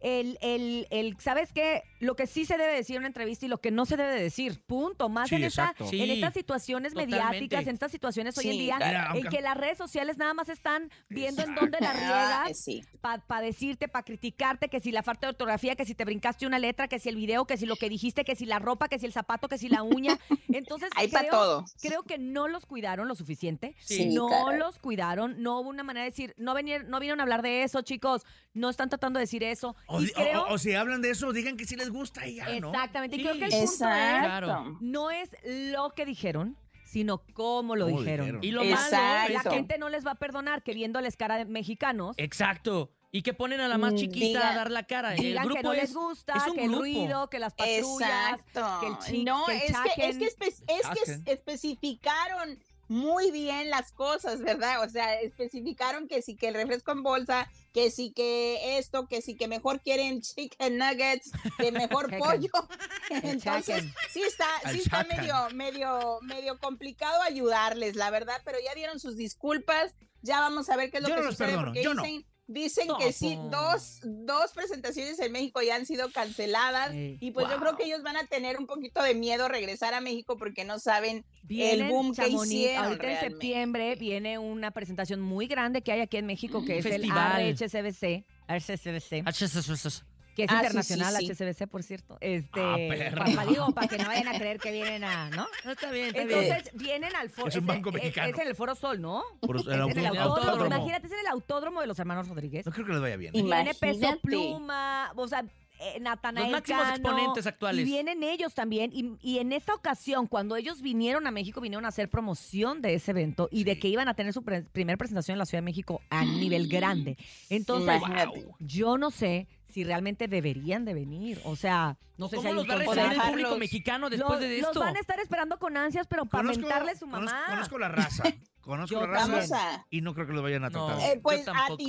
¿sabes qué? Lo que sí se debe decir en una entrevista y lo que no se debe de decir, punto. Más Sí, en exacto. en Sí, estas situaciones totalmente. mediáticas, en estas situaciones hoy en Sí, día, claro. en que las redes sociales nada más están viendo en dónde la riegas, Sí. para decirte, para criticarte, que si la falta de ortografía, que si te brincaste una letra, que si el video, que si lo que dijiste, que si la ropa, que si el zapato, que si la uña. Entonces, Hay pa' todo. creo que no los cuidaron lo suficiente. Sí, no caray. los cuidaron, no hubo una manera de decir, no vinieron a hablar de eso, chicos, no están tratando de decir eso. Y creo, O si hablan de eso, digan que sí les gusta y ya, ¿no? exactamente, y Sí. creo que el punto Exacto. Claro. no es lo que dijeron, sino cómo lo dijeron. Y lo Exacto. malo, La gente no les va a perdonar que viéndoles cara de mexicanos, exacto. Y que ponen a la más chiquita a dar la cara. El digan grupo que no les es gusta, un que el grupo. ruido, que las patrullas, Exacto. que el chic, No, que el es que chaken. especificaron muy bien las cosas, ¿verdad? O sea, especificaron que sí que el refresco en bolsa, que sí que esto, que sí que mejor quieren chicken nuggets, que mejor pollo. Entonces, sí está medio complicado ayudarles, la verdad, pero ya dieron sus disculpas. Ya vamos a ver qué es lo Yo que no los sucede, perdono, porque yo no. dicen No, que sí, pues. dos presentaciones en México ya han sido canceladas. Ey. Y pues yo creo que ellos van a tener un poquito de miedo regresar a México porque no saben el boom que Chamonix, hicieron ahorita en realmente. septiembre viene una presentación muy grande que hay aquí en México, que es festival. el RHCBC, que es Ah, internacional, sí. HCBC, por cierto. perra. Para que no vayan a creer que vienen a, ¿no? No, está bien, está Entonces vienen al foro. Es un banco mexicano. Es en el Foro Sol, ¿no? El Es en el autódromo. autódromo. Imagínate, es en el autódromo de los hermanos Rodríguez. No creo que les vaya bien. Viene Peso Imagínate. Pluma, o sea, Natanael Los máximos Cano, exponentes actuales. Y vienen ellos también. Y en esta ocasión, cuando ellos vinieron a México, vinieron a hacer promoción de ese evento y de que iban a tener su primer presentación en la Ciudad de México a nivel grande. Entonces, Imagínate. yo no sé si realmente deberían de venir. O sea, no sé si ¿Cómo hay los va a un recibir el consejo. público mexicano después de Los esto? van a estar esperando con ansias, pero para mentarle a su Conozco, mamá. conozco la raza. Conozco Yo la raza. Vamos a... Y no creo que lo vayan a No. tratar. Pues Yo a tampoco.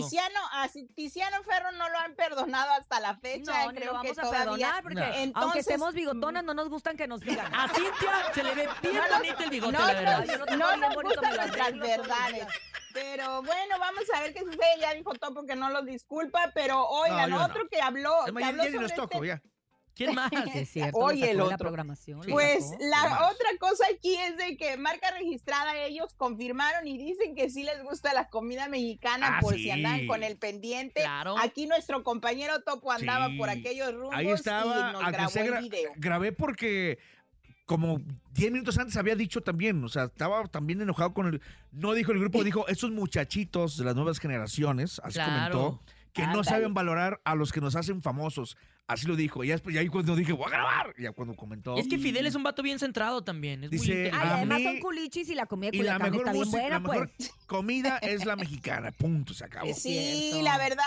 Tiziano Ferro no lo han perdonado hasta la fecha. No, ni creo lo que vamos a todavía. perdonar porque aunque Entonces, estemos bigotonas no nos gustan que nos digan. A Cintia se le ve bien bonito el bigote, no, la verdad. Yo no tengo no bien nos bonito, gustan me lo nuestras arreglo todos los verdades. días. Pero bueno, vamos a ver qué sucede. Ya dijo Topo que no los disculpa, pero oigan, No, yo no. otro que habló. Es más, que habló ya ni los sobre toco, ya. ¿Quién más? Es cierto, Oye, el la otro. programación. lo Pues sacó. la Más. otra cosa aquí es de que marca registrada ellos confirmaron y dicen que sí les gusta la comida mexicana Ah, por sí. si andan con el pendiente. Claro. Aquí nuestro compañero Topo andaba Sí. por aquellos rumbos Ahí estaba. y nos Alcancé grabó el video. grabé porque como 10 minutos antes había dicho también, o sea, estaba también enojado con el... No dijo el grupo, dijo, esos muchachitos de las nuevas generaciones, así Claro. comentó, que no Ándale. saben valorar a los que nos hacen famosos. Así lo dijo. Y ya después, y ahí cuando dije, voy a grabar, ya cuando comentó... Es que Fidel es un vato bien centrado también. Es muy Dice, inteligente. Ay, a además mí- son culichis y la comida de Y la Culiacán mejor está bien música, buena, la mejor pues. comida es la mexicana. Punto, se acabó. Sí, cierto. la verdad,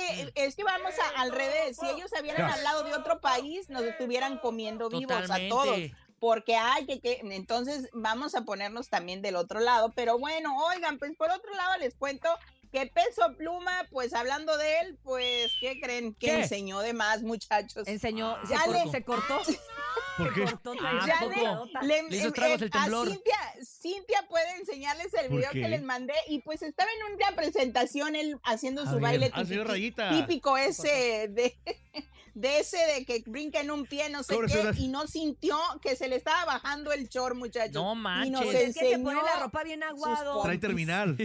es que vamos al revés. Si ellos hubieran Ya. hablado de otro país, nos estuvieran comiendo vivos a Totalmente. todos. Porque hay entonces vamos a ponernos también del otro lado. Pero bueno, oigan, pues por otro lado les cuento que Peso Pluma, pues hablando de él, pues, ¿qué creen? Que ¿Qué? enseñó de más, muchachos. Enseñó, Ya se cortó. ¿Por qué? Se cortó. Ya Le hizo estragos el temblor. A Cintia puede enseñarles el ¿Por video qué? que les mandé y pues estaba en una presentación él haciendo su baile señor Rayita. típico ese de ese de que brinca en un pie, no sé Sobre qué, su edad. y no sintió que se le estaba bajando el short, muchachos. No Y manches. nos Es que se enseñó pone la ropa bien aguado. Trae terminal.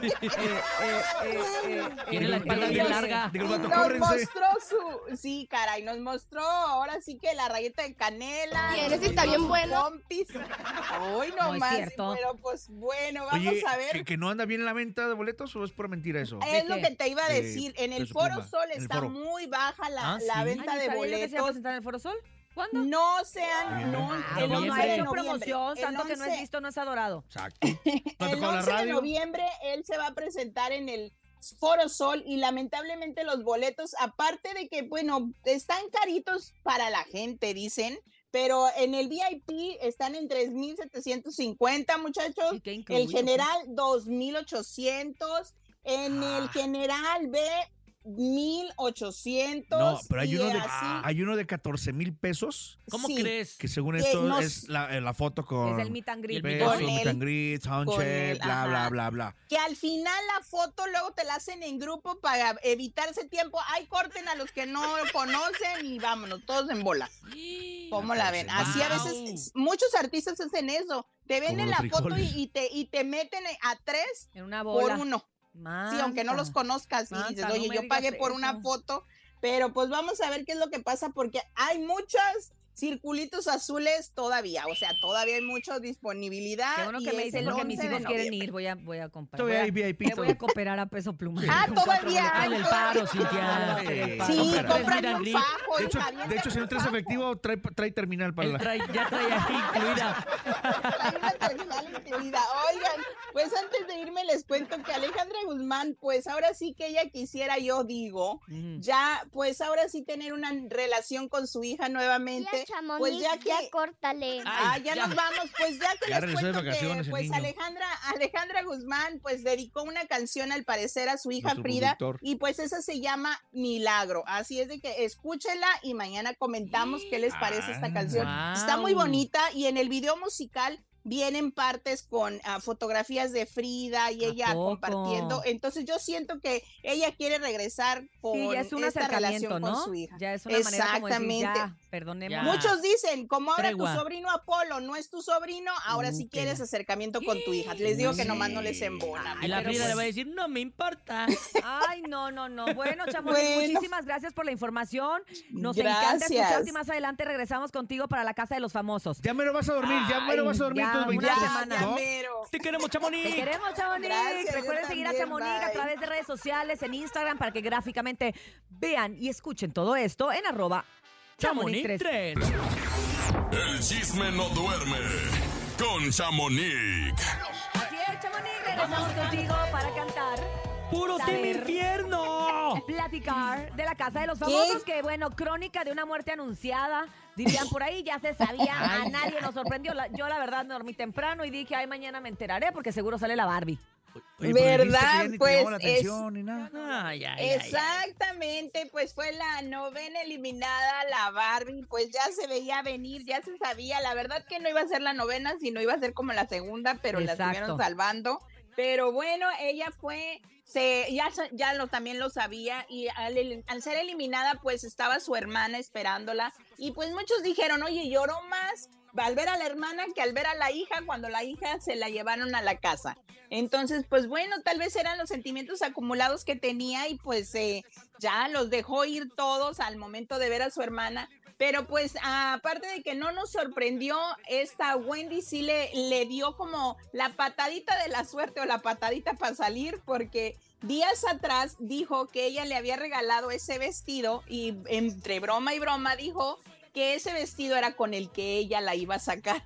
Tiene la espalda bien larga. Digo, el vato, nos cóbrense. mostró sí, caray, nos mostró ahora sí que la rayeta de canela. Y eres está bien bueno. Pompis. Hoy No no es más, cierto. pero pues bueno, vamos Oye, a ver. ¿que no anda bien la venta de boletos o es pura mentira eso? Es ¿De lo qué? que te iba a De decir. En el Peso Foro Pluma, Sol en el está foro. muy baja la Ah, sí. venta Ay, de ¿sabía yo que se iba a boletos. presentar en el Foro Sol? ¿Cuándo? No se han. No, Ah, el no, 11 no de ha hecho noviembre. promoción, El santo que no es 11 visto, no es adorado. Exacto. ¿No ha El tocado la 11 de radio? noviembre él se va a presentar en el Foro Sol y lamentablemente los boletos, aparte de que, bueno, están caritos para la gente, dicen, pero en el VIP están en 3,750, muchachos. ¿Y qué incluye, El general 2,800. En el general B 1,800. No, pero hay y uno de, así. hay uno de 14,000 pesos. ¿Cómo Sí. crees? Que según Que esto nos- es la foto con Es el meet and greet. besos, Con meet él. and greet, Con soundcheck, él, bla, bla, ajá. bla, bla. Que al final la foto luego te la hacen en grupo para evitarse tiempo. Ay, corten a los que no conocen y vámonos, todos en bola. ¿Cómo la ven? Así a veces muchos artistas hacen eso. Te Como venden los la foto frijoles. y te meten a 3 En una por bola. 1. Sí, aunque no los Manta. conozcas y Manta, dices, no oye, me yo digas pagué por una eso. foto, pero pues vamos a ver qué es lo que pasa porque hay muchas circulitos azules todavía, o sea, todavía hay mucha disponibilidad. Qué bueno y que me es dicen el porque mis 11 de hijos quieren noviembre. ir. Voy a comprar. Todavía hay VIP. Me voy a cooperar a peso pluma. Todavía. Hazle el paro, Cintia. Sí, Compra. cómprame un fajo. De hecho, si no traes efectivo, trae terminal para la... Ya trae ahí incluida. Hay una terminal incluida. Oigan, pues antes de irme les cuento que Alejandra Guzmán, pues ahora sí que ella quisiera, yo digo, ya, pues ahora sí tener una relación con su hija nuevamente. Chamonix, Pues ya que... ya córtale. Ya nos vamos, pues ya que Ya les regresó de cuento que vacaciones el pues niño. Alejandra Guzmán pues dedicó una canción al parecer a su hija Nuestro Frida productor. y pues esa se llama Milagro, así es de que escúchenla y mañana comentamos qué les parece esta canción. wow. Está muy bonita y en el video musical vienen partes con fotografías de Frida y ella poco? compartiendo, entonces yo siento que ella quiere regresar con Sí, ya es un esta acercamiento, relación ¿no? con su hija. Ya es una manera como decir, Exactamente. ya, perdonemos. Ya. Muchos dicen, como ahora Tregua. tu sobrino Apolo no es tu sobrino, ahora sí quieres acercamiento con tu hija. Les digo que nomás no les embona. Y la pero Frida pues- le va a decir, no me importa. Ay, no. Bueno, Chamonix, Bueno. muchísimas gracias por la información. Nos encanta Gracias. escucharte y más adelante regresamos contigo para la Casa de los Famosos. Ya me lo vas a dormir, ya, tus una 22. semana. ¿no? Te queremos, Chamonix. Te queremos, Chamonix. Gracias, Recuerden yo seguir a también, Chamonix a bye. través de redes sociales, en Instagram, para que gráficamente vean y escuchen todo esto en Chamonix @Chamonix3. 3. El chisme no duerme con Chamonix. Así es, Chamonix. Regresamos contigo para cantar. ¡Puro Saber. Team Infierno! Platicar de la Casa de los Famosos, que bueno, crónica de una muerte anunciada, dirían por ahí, ya se sabía, a nadie nos sorprendió. Yo la verdad me dormí temprano y dije, ay, mañana me enteraré porque seguro sale la Barbie. Oye, pero dijiste ¿Verdad? que ya ni te Pues llamó la es- atención ni nada. Exactamente, pues fue la novena eliminada, la Barbie, pues ya se veía venir, ya se sabía, la verdad que no iba a ser la novena, sino iba a ser como la segunda, pero la Exacto. estuvieron salvando. Pero bueno, ella fue, también lo sabía, y al ser eliminada, pues estaba su hermana esperándola, y pues muchos dijeron, oye, lloró más al ver a la hermana que al ver a la hija, cuando la hija se la llevaron a la casa. Entonces, pues bueno, tal vez eran los sentimientos acumulados que tenía, y pues ya los dejó ir todos al momento de ver a su hermana. Pero pues aparte de que no nos sorprendió, esta Wendy sí le dio como la patadita de la suerte o la patadita para salir, porque días atrás dijo que ella le había regalado ese vestido y entre broma y broma dijo que ese vestido era con el que ella la iba a sacar.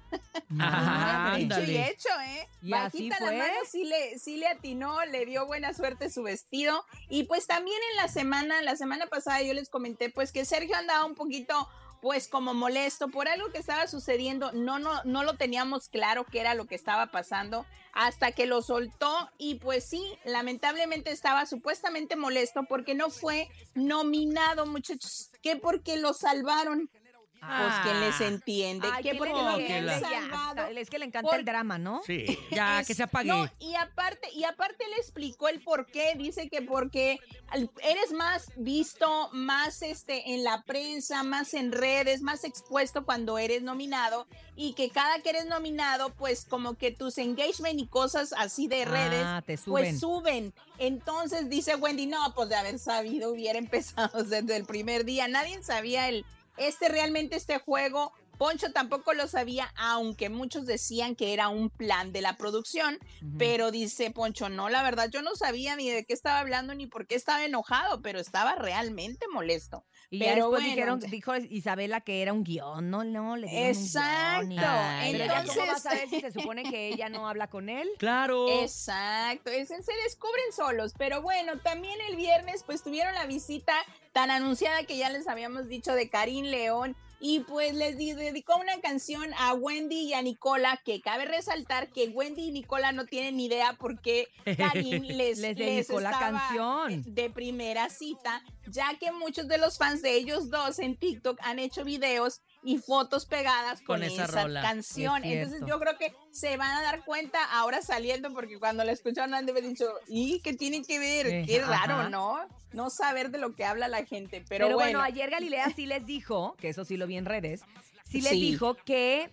Ah, Dicho y ándale. hecho, ¿eh? Y así Bajita fue. la mano, sí le atinó, le dio buena suerte su vestido. Y pues también en la semana pasada yo les comenté pues que Sergio andaba un poquito pues como molesto por algo que estaba sucediendo. No lo teníamos claro qué era lo que estaba pasando hasta que lo soltó, y pues sí, lamentablemente estaba supuestamente molesto porque no fue nominado, muchachos, que porque lo salvaron. Pues que les entiende, Ay, que ¿quién porque le lo entiende? habían Ya, salvado. es que le encanta Por- el drama, ¿no? Sí. Ya, que se apague. No, y aparte le explicó el por qué. Dice que porque eres más visto, más en la prensa, más en redes, más expuesto cuando eres nominado, y que cada que eres nominado, pues como que tus engagement y cosas así de redes, te suben. pues suben. Entonces dice Wendy, no, pues de haber sabido hubiera empezado desde el primer día. Nadie sabía realmente este juego. Poncho tampoco lo sabía, aunque muchos decían que era un plan de la producción, pero dice Poncho, no, la verdad yo no sabía ni de qué estaba hablando ni por qué estaba enojado, pero estaba realmente molesto. Y pero ya después bueno, dijo Isabela que era un guión, no, le dieron Exacto. un guión. Ay, Pero ya, ¿cómo entonces- vas a ver si se supone que ella no habla con él? Claro. Exacto, se descubren solos, pero bueno, también el viernes pues tuvieron la visita tan anunciada que ya les habíamos dicho de Karim León, y pues les dedicó una canción a Wendy y a Nicola, que cabe resaltar que Wendy y Nicola no tienen ni idea por qué Karim les dedicó la estaba canción. de primera cita, ya que muchos de los fans de ellos dos en TikTok han hecho videos y fotos pegadas con esa esa rola. canción. Es cierto. Entonces yo creo que se van a dar cuenta ahora saliendo, porque cuando la escucharon han de haber dicho, ¿y qué tiene que ver? Qué raro, Ajá. ¿no? No saber de lo que habla la gente, pero bueno, bueno. ayer Galilea sí les dijo, que eso sí lo vi en redes, sí les Sí. dijo que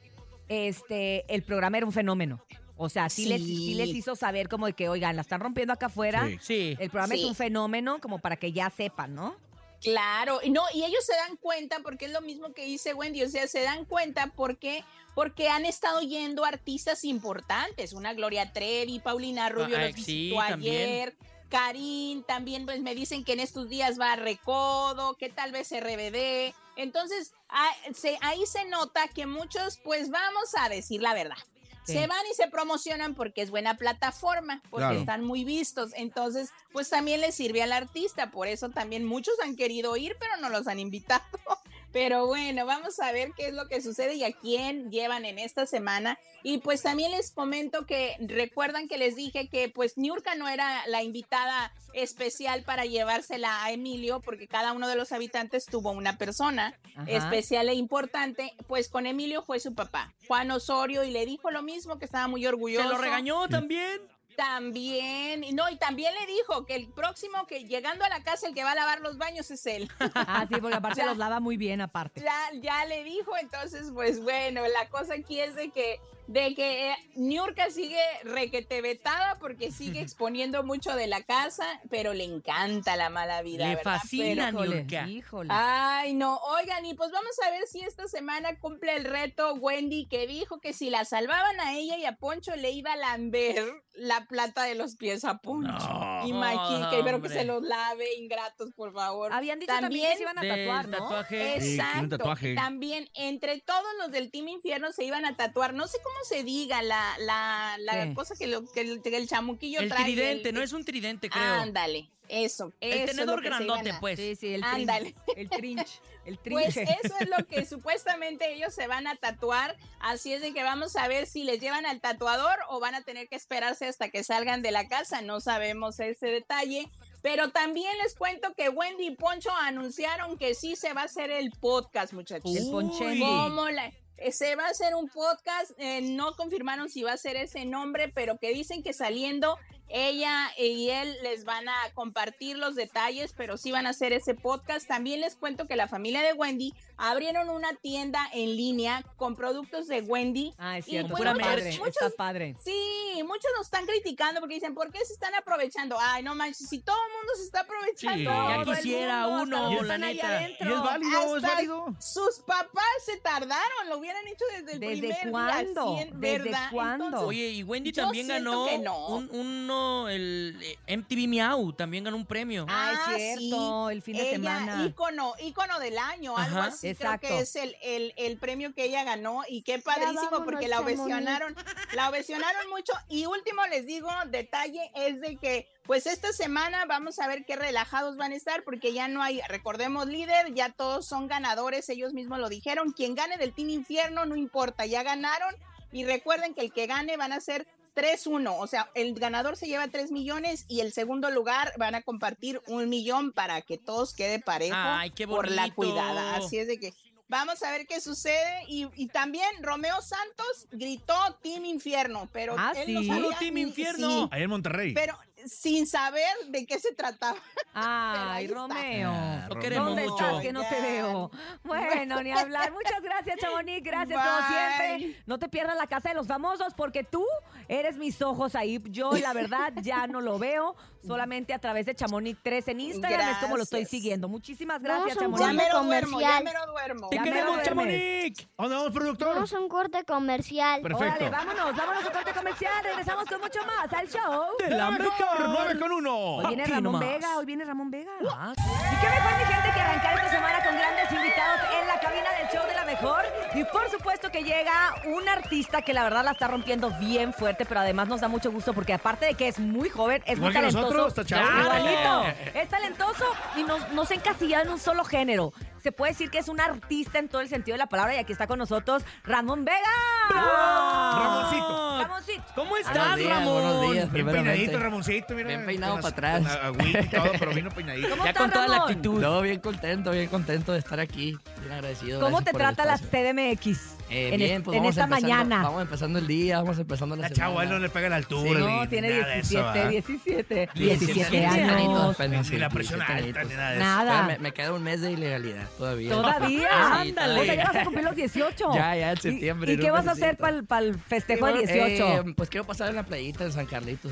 el programa era un fenómeno. O sea, sí Sí. les hizo saber como de que, oigan, la están rompiendo acá afuera. Sí. Sí. El programa Sí. es un fenómeno como para que ya sepan, ¿no? Claro, y no, y ellos se dan cuenta, porque es lo mismo que dice Wendy, o sea, se dan cuenta porque han estado yendo artistas importantes, una Gloria Trevi, Paulina Rubio los visitó ayer, Karin, también pues me dicen que en estos días va a Recodo, que tal vez RBD, entonces ahí se nota que muchos, pues vamos a decir la verdad. Sí. Se van y se promocionan porque es buena plataforma, porque están muy vistos. Entonces, pues también les sirve al artista. Por eso también muchos han querido ir, pero no los han invitado. Pero bueno, vamos a ver qué es lo que sucede y a quién llevan en esta semana. Y pues también les comento que recuerdan que les dije que pues Niurka no era la invitada especial para llevársela a Emilio, porque cada uno de los habitantes tuvo una persona especial e importante. Pues con Emilio fue su papá, Juan Osorio, y le dijo lo mismo, que estaba muy orgulloso. ¿Se lo regañó también? También, no, y también le dijo que el próximo que llegando a la casa el que va a lavar los baños es él. Ah, sí, porque aparte los lava muy bien aparte. Ya le dijo, entonces pues bueno, la cosa aquí es de que Niurka sigue requete vetada porque sigue exponiendo mucho de la casa, pero le encanta la mala vida, le ¿verdad? fascina Niurka. Híjole. Ay, no, oigan, y pues vamos a ver si esta semana cumple el reto Wendy, que dijo que si la salvaban a ella y a Poncho le iba a lamber la plata de los pies a Poncho. No, imagínate, espero que se los lave, ingratos, por favor. Habían dicho también que se iban a tatuar, ¿no? Tatuaje. Exacto. Sí, un tatuaje. También entre todos los del Team Infierno se iban a tatuar, no sé cómo se diga la cosa que el chamuquillo trae. El tridente, no es un tridente, creo. Ándale, eso. El tenedor grandote, pues. Sí, el ándale. El trinch. Pues eso es lo que supuestamente ellos se van a tatuar, así es de que vamos a ver si les llevan al tatuador o van a tener que esperarse hasta que salgan de la casa, no sabemos ese detalle. Pero también les cuento que Wendy y Poncho anunciaron que sí se va a hacer el podcast, muchachos. El Ponchendi. Se va a hacer un podcast, no confirmaron si va a ser ese nombre, pero que dicen que saliendo ella y él les van a compartir los detalles, pero sí van a hacer ese podcast. También les cuento que la familia de Wendy abrieron una tienda en línea con productos de Wendy. Ah, es cierto, pues, está padre. Sí, muchos nos están criticando porque dicen, ¿por qué se están aprovechando? Ay, no manches, si todo el mundo se está aprovechando. Sí, ya quisiera uno, la neta. Y es válido, es válido. Sus papás se tardaron, lo hubieran hecho desde el primer ¿Desde cuándo? día. ¿Desde cuándo? Entonces, oye, y Wendy también ganó el MTV Miau, también ganó un premio. Ah, es cierto, el fin de semana. Ícono del año, algo así. Exacto. Creo que es el premio que ella ganó y qué padrísimo porque la ovacionaron mucho. Y último les digo, detalle es de que pues esta semana vamos a ver qué relajados van a estar porque ya no hay, recordemos, líder, ya todos son ganadores, ellos mismos lo dijeron, quien gane del Team Infierno no importa, ya ganaron y recuerden que el que gane van a ser 3-1, o sea, el ganador se lleva 3 millones y el segundo lugar van a compartir 1 millón para que todos quede parejo. Ay, qué por la bonito. cuidada. Así es de que vamos a ver qué sucede. Y también Romeo Santos gritó Team Infierno, pero él no sabía Team Infierno. Sí, Ahí en Monterrey. pero sin saber de qué se trataba. Ay, Romeo. Lo queremos ¿Dónde mucho. estás que no te veo? Bueno, ni hablar. Muchas gracias, Chamonix. Gracias, como siempre. No te pierdas la Casa de los Famosos porque tú eres mis ojos ahí. Yo, la verdad, ya no lo veo. Solamente a través de Chamonix 3 en Instagram. Es como lo estoy siguiendo. Muchísimas gracias, Chamonix. Ya me lo duermo. ¡Te queremos, Chamonix! ¿Dónde vamos, productor? Vamos a un corte comercial. Perfecto. Órale, vámonos a un corte comercial. Regresamos con mucho más al show ¡De la mejor! 9-1. Hoy viene Aquí Ramón nomás. Vega, hoy viene Ramón Vega. Ah, Y qué mejor, mi gente, que arrancar esta semana con grandes invitados en la cabina del show de la mejor. Y por supuesto que llega un artista que la verdad la está rompiendo bien fuerte, pero además nos da mucho gusto porque aparte de que es muy joven, es muy Igual que talentoso. nosotros, está chavo. Igualito. Es talentoso y no se encasilla en un solo género. Se puede decir que es un artista en todo el sentido de la palabra y aquí está con nosotros Ramón Vega. Ramoncito. ¿Cómo estás, Buenos días, Ramón? buenos días, Bien primeramente. peinadito, Ramoncito. Mira, Bien peinado con para atrás. Con agüita y todo, pero vino peinadito. ¿Cómo Ya estás, con toda la Ramón? actitud. No, bien contento de estar aquí. Bien agradecido. ¿Cómo gracias te por el trata la espacio. CDMX Bien, pues en vamos esta empezando- mañana? Vamos empezando el día, vamos empezando la La chavo, a él no semana. le pega la altura. Sí, No, ni tiene nada de eso, 17 ¿verdad? 17 años. Ni la presión alta, ni nada de eso. Nada. Me queda un mes de ilegalidad. todavía. ¿Todavía? Sí, O sea, ya vas a cumplir los 18. Ya, en septiembre. ¿Y qué vas a hacer para el festejo del 18? Pues quiero pasar en la playita de San Carlitos.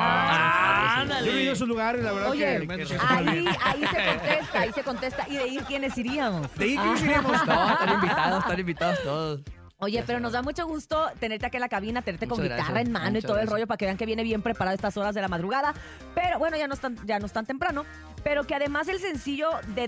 Yo he ido a esos lugares, la verdad Oye, que me ahí se contesta. ¿Y de ir quiénes iríamos? ¿De ir quiénes iríamos? No, están invitados todos. Oye, pero nos da mucho gusto tenerte aquí en la cabina, tenerte con Muchas guitarra gracias, en mano y muchas todo el gracias. rollo para que vean que viene bien preparado a estas horas de la madrugada. Pero bueno, ya no es tan temprano. Pero que además el sencillo de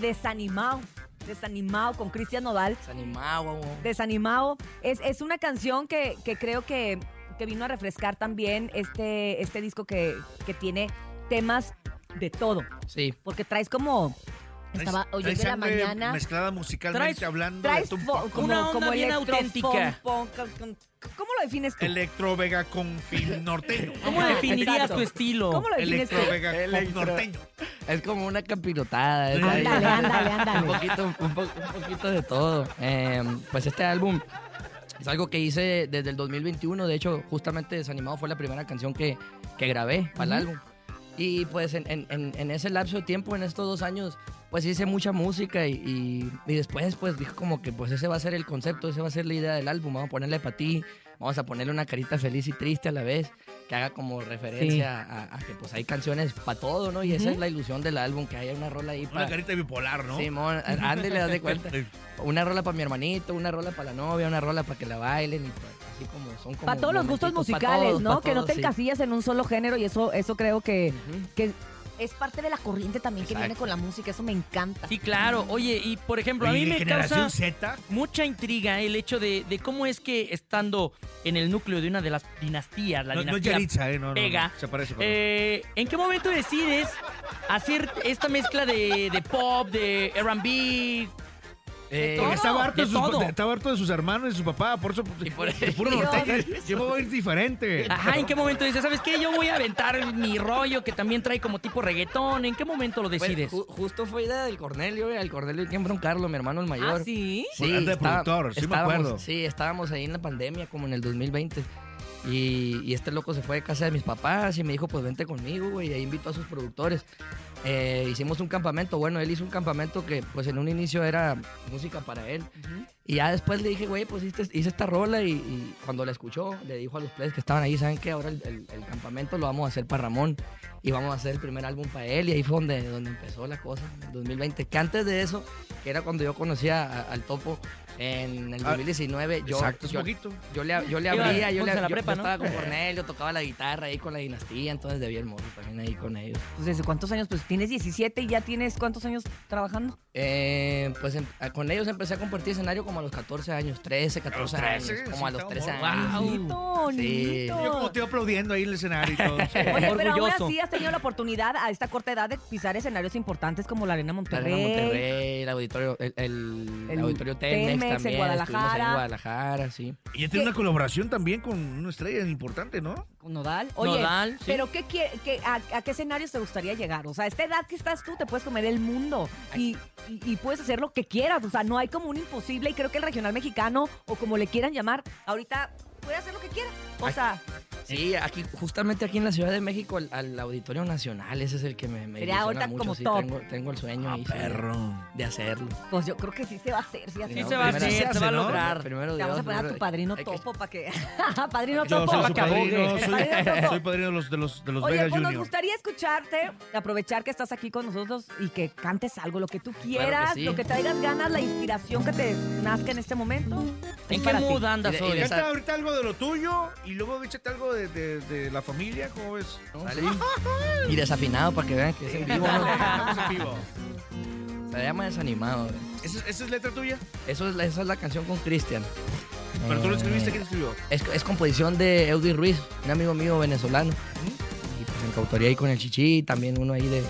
Desanimado con Cristian Nodal. Desanimado. Es una canción que creo que vino a refrescar también este disco que tiene temas de todo. Sí. Porque traes como... Estaba oyendo traes en la sangre mañana. mezclada musicalmente hablando. Traes de una onda bien electro, auténtica. ¿Cómo lo defines tú? Electro Vega con film norteño. ¿Cómo definirías tu estilo? ¿Cómo lo defines tú? Electro Vega con norteño. Es como una capirotada. Ándale. Un poquito de todo. Pues este álbum es algo que hice desde el 2021. De hecho, justamente Desanimado fue la primera canción que grabé para el álbum. Y pues en ese lapso de tiempo, en estos 2 años, pues hice mucha música y después pues dije como que pues ese va a ser el concepto, esa va a ser la idea del álbum. Vamos a ponerle para ti, vamos a ponerle una carita feliz y triste a la vez, que haga como referencia a que pues hay canciones para todo, ¿no? Y esa es la ilusión del álbum, que haya una rola ahí para... Una carita bipolar, ¿no? Simón, ándele, haz de cuenta. Una rola para mi hermanito, una rola para la novia, una rola para que la bailen y pues, así como son como para todos los gustos momentitos, musicales, pa' ¿no? todos, Que no te sí. encasillas en un solo género y eso creo que es parte de la corriente también que viene con la música. Eso me encanta. Sí, claro. Oye, y por ejemplo, a mí me Generación causa Z. mucha intriga el hecho de cómo es que estando en el núcleo de una de las dinastías, la No es dinastía Yaritza, no, Vega, se parece. ¿en qué momento decides hacer esta mezcla de pop, de R&B? Porque estaba harto todo. estaba harto de sus hermanos y de su papá, por eso de puro norteño. Yo voy a ir diferente. Ajá, ¿en qué momento dices, sabes qué? Yo voy a aventar mi rollo que también trae como tipo reggaetón. ¿En qué momento lo decides? Pues, justo fue idea del Cornelio, el Cornelio y Carlos, mi hermano el mayor. ¿Ah, sí? Sí, de productor, sí me acuerdo. Sí, estábamos ahí en la pandemia, como en el 2020. Y este loco se fue de casa de mis papás y me dijo, pues vente conmigo, güey. Y ahí invitó a sus productores. Hicimos un campamento. Bueno, él hizo un campamento que, pues en un inicio era música para él. Y ya después le dije, güey, pues hice esta rola. Y cuando la escuchó, le dijo a los players que estaban ahí, ¿saben qué? Ahora el campamento lo vamos a hacer para Ramón. Y vamos a hacer el primer álbum para él. Y ahí fue donde empezó la cosa, en el 2020. Que antes de eso, que era cuando yo conocía al Topo, en el 2019, yo le abría, yo estaba con Cornelio, tocaba la guitarra ahí con la dinastía, entonces debía el morro también ahí con ellos. Pues, ¿desde cuántos años? Pues tienes 17 y ya tienes ¿cuántos años trabajando? Pues con ellos empecé a compartir escenario como a los 14 años, 13, 14 años, como a los 13 años. Bonito, Sí. Yo como te iba aplaudiendo ahí en el escenario y todo. Oye, pero aún Orgulloso. así has tenido la oportunidad a esta corta edad de pisar escenarios importantes como la Arena La Monterrey. Arena Monterrey, el auditorio, el auditorio Telmex Telmex en también, Guadalajara. estuvimos ahí en Guadalajara, sí. Y ya tiene una colaboración también con una estrella importante, ¿no? Con Nodal. Oye, Nodal, sí. pero ¿a qué escenarios te gustaría llegar? O sea, a esta edad que estás tú, te puedes comer el mundo y puedes hacer lo que quieras. O sea, no hay como un imposible y creo que el regional mexicano, o como le quieran llamar, ahorita puede hacer lo que quiera. O sea... Sí, justamente aquí en la Ciudad de México, al Auditorio Nacional, ese es el que me Sería ilusiona ahorita mucho. como Sí, top. tengo el sueño ahí, sí, de hacerlo. Pues yo creo que sí se va a hacer. Sí, Sí se va a hacer, se va a lograr. Primero Te vamos a Dios, poner a tu primero- padrino hay que- Topo para que... padrino Yo Topo soy para su que abogue. padrino, El padrino Topo. soy padrino de los Oye, Vegas pues nos Junior. gustaría escucharte, aprovechar que estás aquí con nosotros y que cantes algo, lo que tú quieras, sí. lo que traigas ganas, la inspiración que te nazca en este momento. ¿En Es qué para ti. mood andas Y de- hoy? y de- Canta ahorita algo de lo tuyo y luego échate algo de la familia, ¿cómo ves? ¿Sale? Y desafinado para que vean que es en vivo, ¿no? Estamos en vivo. Se llama Desanimado. güey. ¿Esa es letra tuya? Esa es la canción con Cristian. ¿Pero tú lo escribiste? ¿Quién escribió? Es composición de Eudy Ruiz, un amigo mío venezolano. Y pues en coautoría ahí con el Chichi, también uno ahí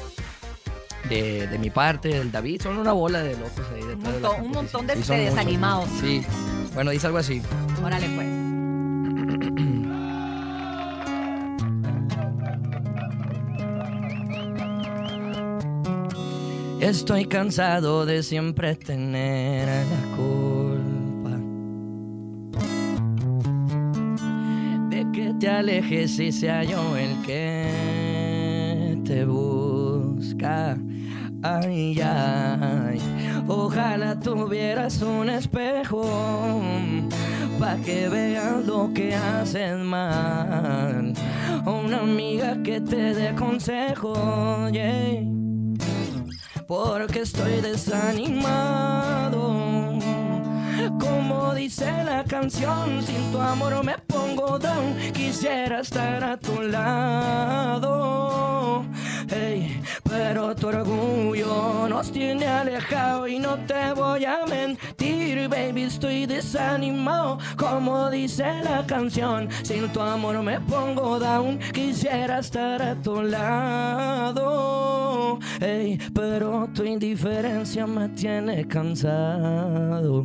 de mi parte, del David. Son una bola de locos ahí detrás de la Un montón de, composición. Sí, son muchos. desanimados. Sí. Bueno, dice algo así. Órale, pues. Estoy cansado de siempre tener la culpa de que te alejes y sea yo el que te busca. Ay, ay, Ojalá tuvieras un espejo pa' que veas lo que haces mal. O una amiga que te dé consejo, yeah. Porque estoy desanimado. Como dice la canción, sin tu amor me pongo down. Quisiera estar a tu lado, hey, pero tu orgullo nos tiene alejado. Y no te voy a mentir, baby, estoy desanimado. Como dice la canción, sin tu amor me pongo down. Quisiera estar a tu lado, hey, pero tu indiferencia me tiene cansado.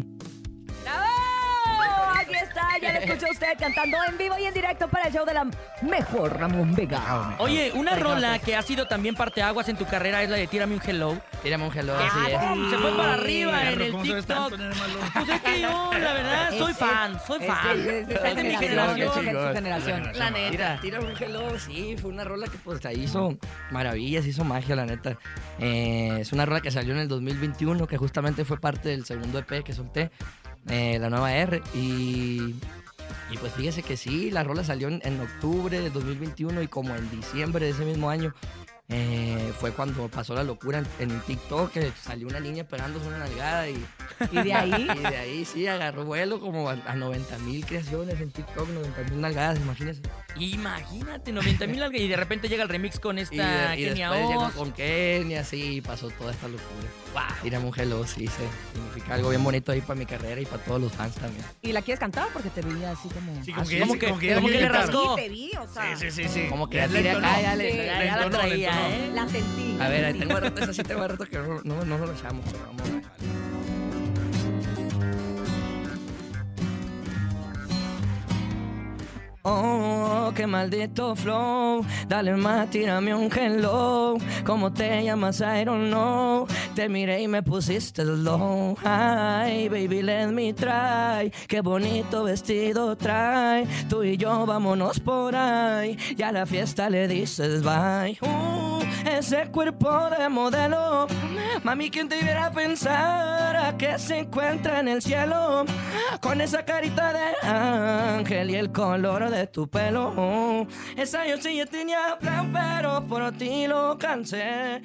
Aquí está, ya lo escuchó usted cantando en vivo y en directo para el show de la mejor Ramón Vega. Oye, una rola que ha sido también parteaguas en tu carrera es la de Tírame un Hello. Tírame un hello, Que así es. se fue para arriba en el ¿Cómo sabes TikTok. tanto, hermano? Pues es que yo, la verdad, soy fan. Es de mi generación. La neta. Tírame un hello, sí, fue una rola que pues hizo maravillas, hizo magia, la neta. Es una rola que salió en el 2021, que justamente fue parte del segundo EP que solté, la nueva R. Y pues fíjese que sí, la rola salió en octubre del 2021 y como en diciembre de ese mismo año fue cuando pasó la locura en TikTok, que salió una niña pegándose una nalgada y de ahí? Y de ahí sí, agarró vuelo como a 90,000 creaciones en TikTok, 90,000 nalgadas, imagínese. Imagínate, 90,000 nalgadas y de repente llega el remix con esta y Kenia después llegó Oz. con Kenia, sí, pasó toda esta locura. Wow. Tírame un hello, sí, significa algo bien bonito ahí para mi carrera y para todos los fans también. ¿Y la quieres cantar? Porque te vi así como... Sí, como que le rasgó. Sí, te vi, o sea... Sí. Como que ya tiré acá, ya la traía, ¿eh? La sentí. A ver, tengo rato, esa sí tengo rato que no lo echamos, pero vamos a dejarlo. Oh, qué maldito flow. Dale más, tírame un hello. ¿Cómo te llamas? I don't know. Te miré y me pusiste low. Ay, baby, let me try. Qué bonito vestido trae. Tú y yo vámonos por ahí. Y a la fiesta le dices bye. Ese cuerpo de modelo. Mami, ¿quién te iba a pensar a que se encuentra en el cielo? Con esa carita de ángel y el color de tu pelo. Esa yo sí ya tenía plan, pero por ti lo cancelo.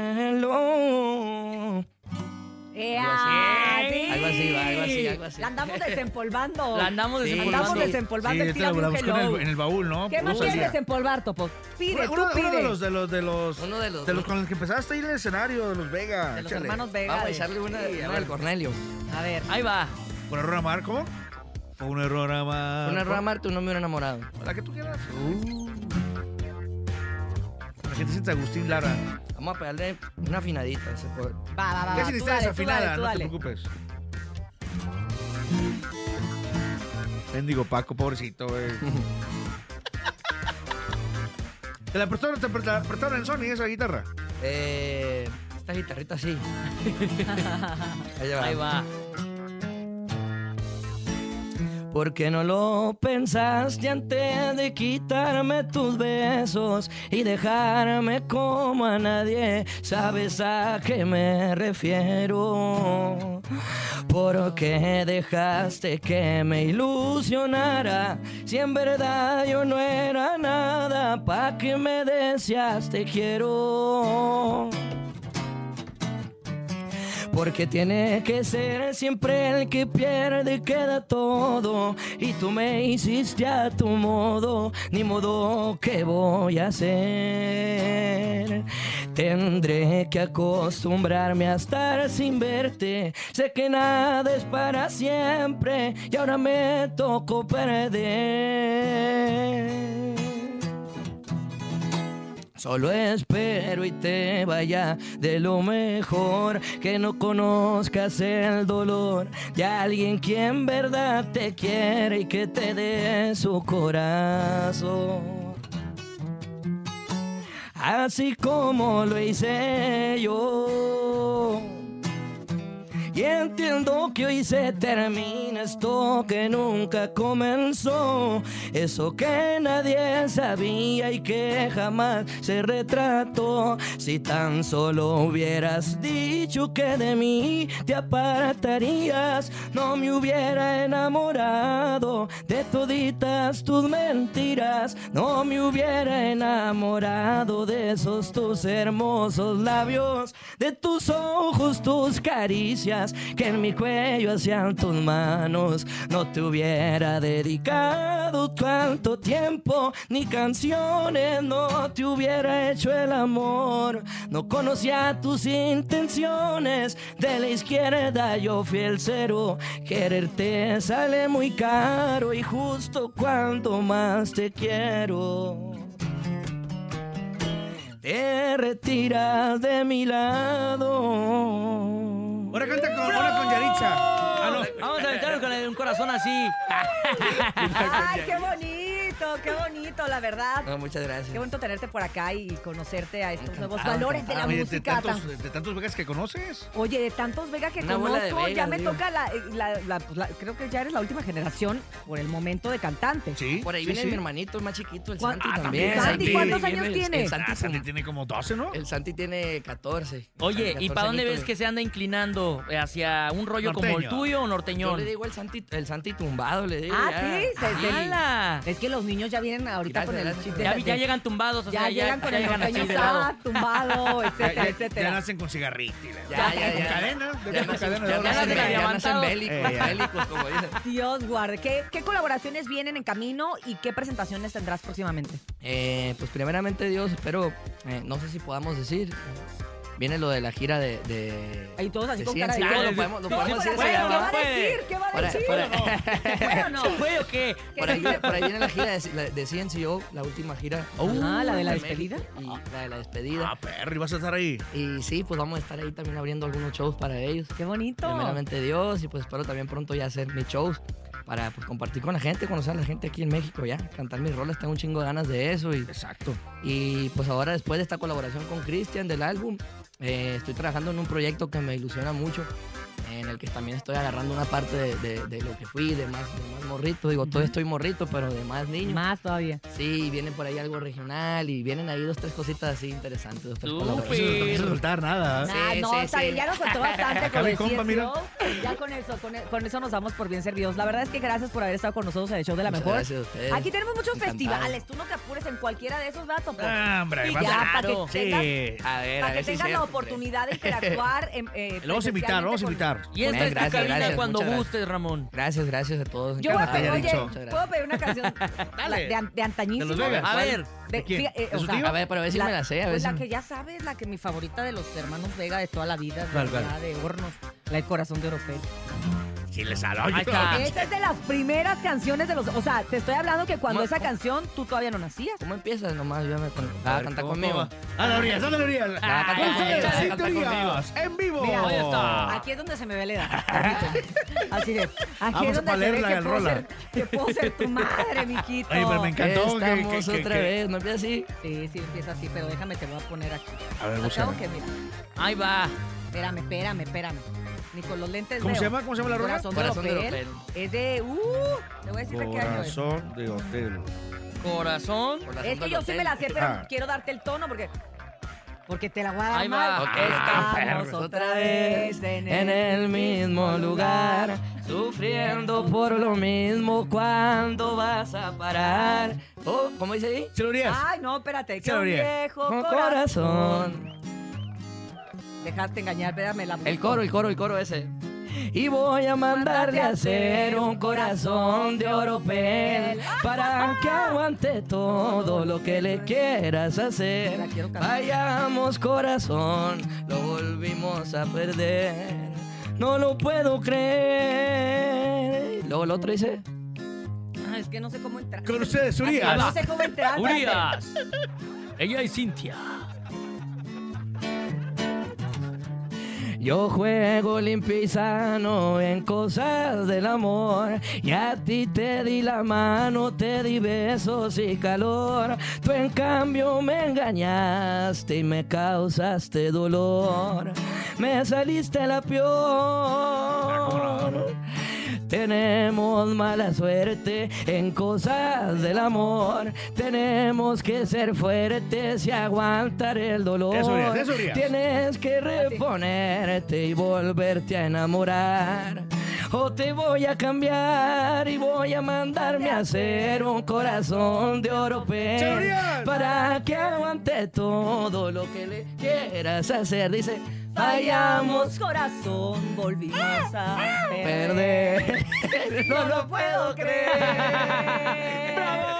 Algo así. La andamos desempolvando. Andamos desempolvando. Sí, Tírame un hello. en el baúl, ¿no? ¿Qué más quieres desempolvar, Topo? Pide, tú Uno pide. de los de los con los que empezaste ahí en el escenario, de los Vega. De los échale. hermanos Vega. Vamos a echarle una del Cornelio. A ver. Ahí va. ¿Un error amar, cómo? Un error amar. Un error amar, tu no me hubiera enamorado. La que tú quieras. La gente siente Agustín Lara. Vamos a pegarle una afinadita. Va. Casi ni Tú está dale, desafinada, tú no te dale. preocupes. Bendigo Paco, pobrecito, güey. ¿Te la prestaron en Sony esa guitarra? Esta guitarrita sí. Ahí va. ¿Por qué no lo pensaste antes de quitarme tus besos y dejarme como a nadie? ¿Sabes a qué me refiero? ¿Por qué dejaste que me ilusionara si en verdad yo no era nada? ¿Pa' qué me decías te quiero? Porque tiene que ser siempre el que pierde y queda todo. Y tú me hiciste a tu modo, ni modo, ¿qué voy a hacer? Tendré que acostumbrarme a estar sin verte. Sé que nada es para siempre y ahora me tocó perder. Solo espero y te vaya de lo mejor, que no conozcas el dolor de alguien que en verdad te quiere y que te dé su corazón. Así como lo hice yo. Y entiendo que hoy se termina esto que nunca comenzó. Eso que nadie sabía y que jamás se retrató. Si tan solo hubieras dicho que de mí te apartarías, no me hubiera enamorado de toditas tus mentiras. No me hubiera enamorado de esos tus hermosos labios, de tus ojos, tus caricias que en mi cuello hacían tus manos. No te hubiera dedicado tanto tiempo ni canciones, no te hubiera hecho el amor. No conocía tus intenciones, de la izquierda yo fui el cero. Quererte sale muy caro y justo cuando más te quiero te retiras de mi lado. Ahora canta con Yaritza. Ah, no. Vamos a aventarnos con un corazón así. ¡Ay, qué bonito, la verdad! No, muchas gracias. Qué bonito tenerte por acá y conocerte a estos nuevos valores de la música. ¿De tantos Vegas que conoces? Oye, de tantos Vegas que Una bola de conozco, ya Vegas, me digo. toca creo que ya eres la última generación por el momento de cantante. Sí. Por ahí sí, viene sí. mi hermanito, el más chiquito, el ¿Cuán- Santi Ah, también. ¿Santi Ahí cuántos viene años tiene? El Santi, Santi tiene como 12, ¿no? el Santi tiene 14. Oye, ¿y 14 para dónde añitos. ves que se anda inclinando? ¿Hacia un rollo como el Norteño. tuyo o Yo norteñón? le digo el Santi tumbado, le digo. Ah, ya. sí, ¡Hala! Es que los niños ya vienen ahorita con el Gracias, chip gracias. de Ya llegan tumbados, o ya sea, llegan con el llegan así norteño de lado. sad, tumbado, etcétera, Ya etcétera. nacen con cigarrito. Ya. Con cadena. Ya Con nacen- cadena. ya de nacen- oro. ya nacen bélicos, ya. bélicos, como dicen. Dios guarde. ¿Qué colaboraciones vienen en camino y qué presentaciones tendrás próximamente? Pues primeramente Dios, espero, no sé si podamos decir, viene lo de la gira de Ahí todos así de con cara de... CNCO, lo podemos decir. ¿Qué eso ya va a va. decir? ¿Qué va a Por ahí- decir? por ahí- ¿Se puede o no? ¿Se puede o qué? Por ahí viene la gira de CNCO, la última gira. Ajá, ¿la de la México, despedida? Y la de la despedida. Ah, perro, ¿y vas a estar ahí? Y sí, pues vamos a estar ahí también abriendo algunos shows para ellos. ¡Qué bonito! Primeramente Dios, y pues espero también pronto ya hacer mis shows para pues, compartir con la gente, conocer a la gente aquí en México ya, cantar mis roles, tengo un chingo de ganas de eso. Exacto. Y pues ahora después de esta colaboración con Cristian del álbum, estoy trabajando en un proyecto que me ilusiona mucho, en el que también estoy agarrando una parte de lo que fui, de más morrito. Digo, todavía estoy morrito, pero de más niño. Más todavía. Sí, viene por ahí algo regional y vienen ahí 2, 3 cositas así interesantes. 2, 3 Súper. colaboraciones. No quiero soltar nada. Nah, no, está bien, ya nos contó bastante con Acá mi el compa, mira. CSO. Ya con eso nos damos por bien servidos. La verdad es que gracias por haber estado con nosotros en el show de la Muchas mejor. gracias a ustedes. Aquí tenemos muchos Encantado. festivales. Tú no te apures en cualquiera de esos datos. pues. Ah, hombre, Y vas ya, a... para que Sí. tengas, A ver, para que si es tengas la cierto, oportunidad de interactuar. Lo vamos a invitar, vamos a invitar. Y esta es tu Gracias, cabina gracias, cuando muchas gracias. gustes, Ramón. Gracias a todos. Yo voy a pedir, Cálmate, oye, Yaritza. Muchas ¿puedo pedir una canción Dale. de antañísimo? De Los Vegas. A ver. ¿De quién? ¿De su tío? A ver, pero a ver si me la sé, a ver Pues si... la que ya sabes, la que mi favorita de los hermanos Vega de toda la vida, ¿Cuál, de, cuál? allá de Hornos, la del corazón de Oropel. Sí, les salió. Ahí está. Esta es de las primeras canciones de los... O sea, te estoy hablando que cuando ¿Cómo- esa cómo? canción tú todavía no nacías. ¿Cómo empiezas? Nomás yo me... A a ver, cantar ¿cómo conmigo. va? A la orilla, dale la orilla. Ah, canta Con conmigo, ustedes, canta Cinturías, en vivo. Mira, Ahí está. aquí es donde se me ve la edad. permíteme. Así es. Aquí Vamos es a donde se ve ponerla que en puedo, rola. que puedo ser tu madre, miquito. Oye, pero me encantó. Estamos otra vez, ¿no empieza así? Sí, sí, empieza así, pero déjame, te voy a poner aquí. A ver, Al búscala. cabo que mira. Ahí va. Espérame. Ni con los lentes ¿Cómo veo. se llama? ¿Cómo se llama la rola? Corazón, Corazón de de Oropel. Oropel. Es de... te voy a decir de qué año es. Corazón de hotel. Corazón. Es que yo sí me la sé, pero Ah. quiero darte el tono porque te la voy a dar Ahí mal. va. Ok, Estamos perros, otra vez en el mismo lugar, sufriendo por lo mismo. ¿Cuándo vas a parar? Oh, ¿cómo dice ahí? Celorías. Ay, no, espérate. Que Se lo un ríe. viejo Con corazón. corazón. Dejaste engañar, espérame la El coro ese. Y voy a mandarle a hacer un corazón de oropel para que aguante todo lo que le quieras hacer. La quiero cantar. Vayamos corazón, lo volvimos a perder. No lo puedo creer. Luego el otro dice. Ah, es que no sé cómo entrar. Con ustedes, Así, Urias. No sé cómo entrar. Urias. Ella es Cintia. Yo juego limpio y sano en cosas del amor. Y a ti te di la mano, te di besos y calor. Tú en cambio me engañaste y me causaste dolor. Me saliste la peor. Tenemos mala suerte en cosas del amor. Tenemos que ser fuertes y aguantar el dolor. Eso, Urias. Tienes que reponerte y volverte a enamorar. O te voy a cambiar y voy a mandarme a hacer un corazón de oro para que aguante todo lo que le quieras hacer. Dice, fallamos, corazón, volvimos a perder. No lo puedo creer.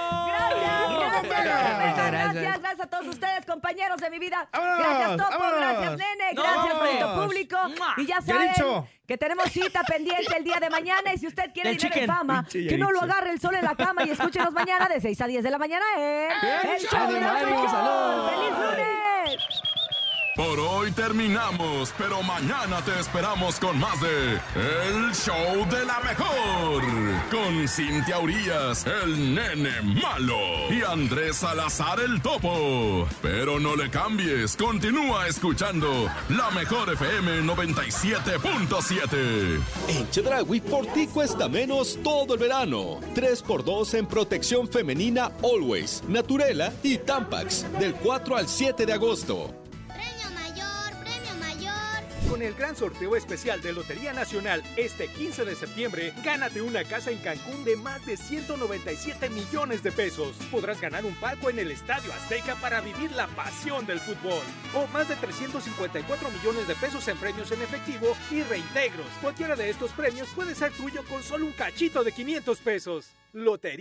Gracias a todos ustedes, compañeros de mi vida. ¡Vámonos! Gracias, Topo. ¡Vámonos! Gracias, Nene. ¡Nos Gracias, vamos! bonito público. Y ya saben que tenemos cita pendiente el día de mañana. Y si usted quiere El dinero y chicken. fama, que no lo agarre el sol en la cama y escúchenos mañana de 6 a 10 de la mañana en El Show de la ¡Ánimo, Mejor. salud! ¡Feliz lunes! Por hoy terminamos, pero mañana te esperamos con más de El Show de la Mejor. Con Cintia Urias, el nene malo, y Andrés Salazar, el topo. Pero no le cambies, continúa escuchando La Mejor FM 97.7. En Chedraui por ti cuesta menos todo el verano. 3x2 en protección femenina Always, Naturela y Tampax. Del 4 al 7 de agosto. Con el gran sorteo especial de Lotería Nacional este 15 de septiembre, gánate una casa en Cancún de más de 197 millones de pesos. Podrás ganar un palco en el Estadio Azteca para vivir la pasión del fútbol. O más de 354 millones de pesos en premios en efectivo y reintegros. Cualquiera de estos premios puede ser tuyo con solo un cachito de 500 pesos. Lotería.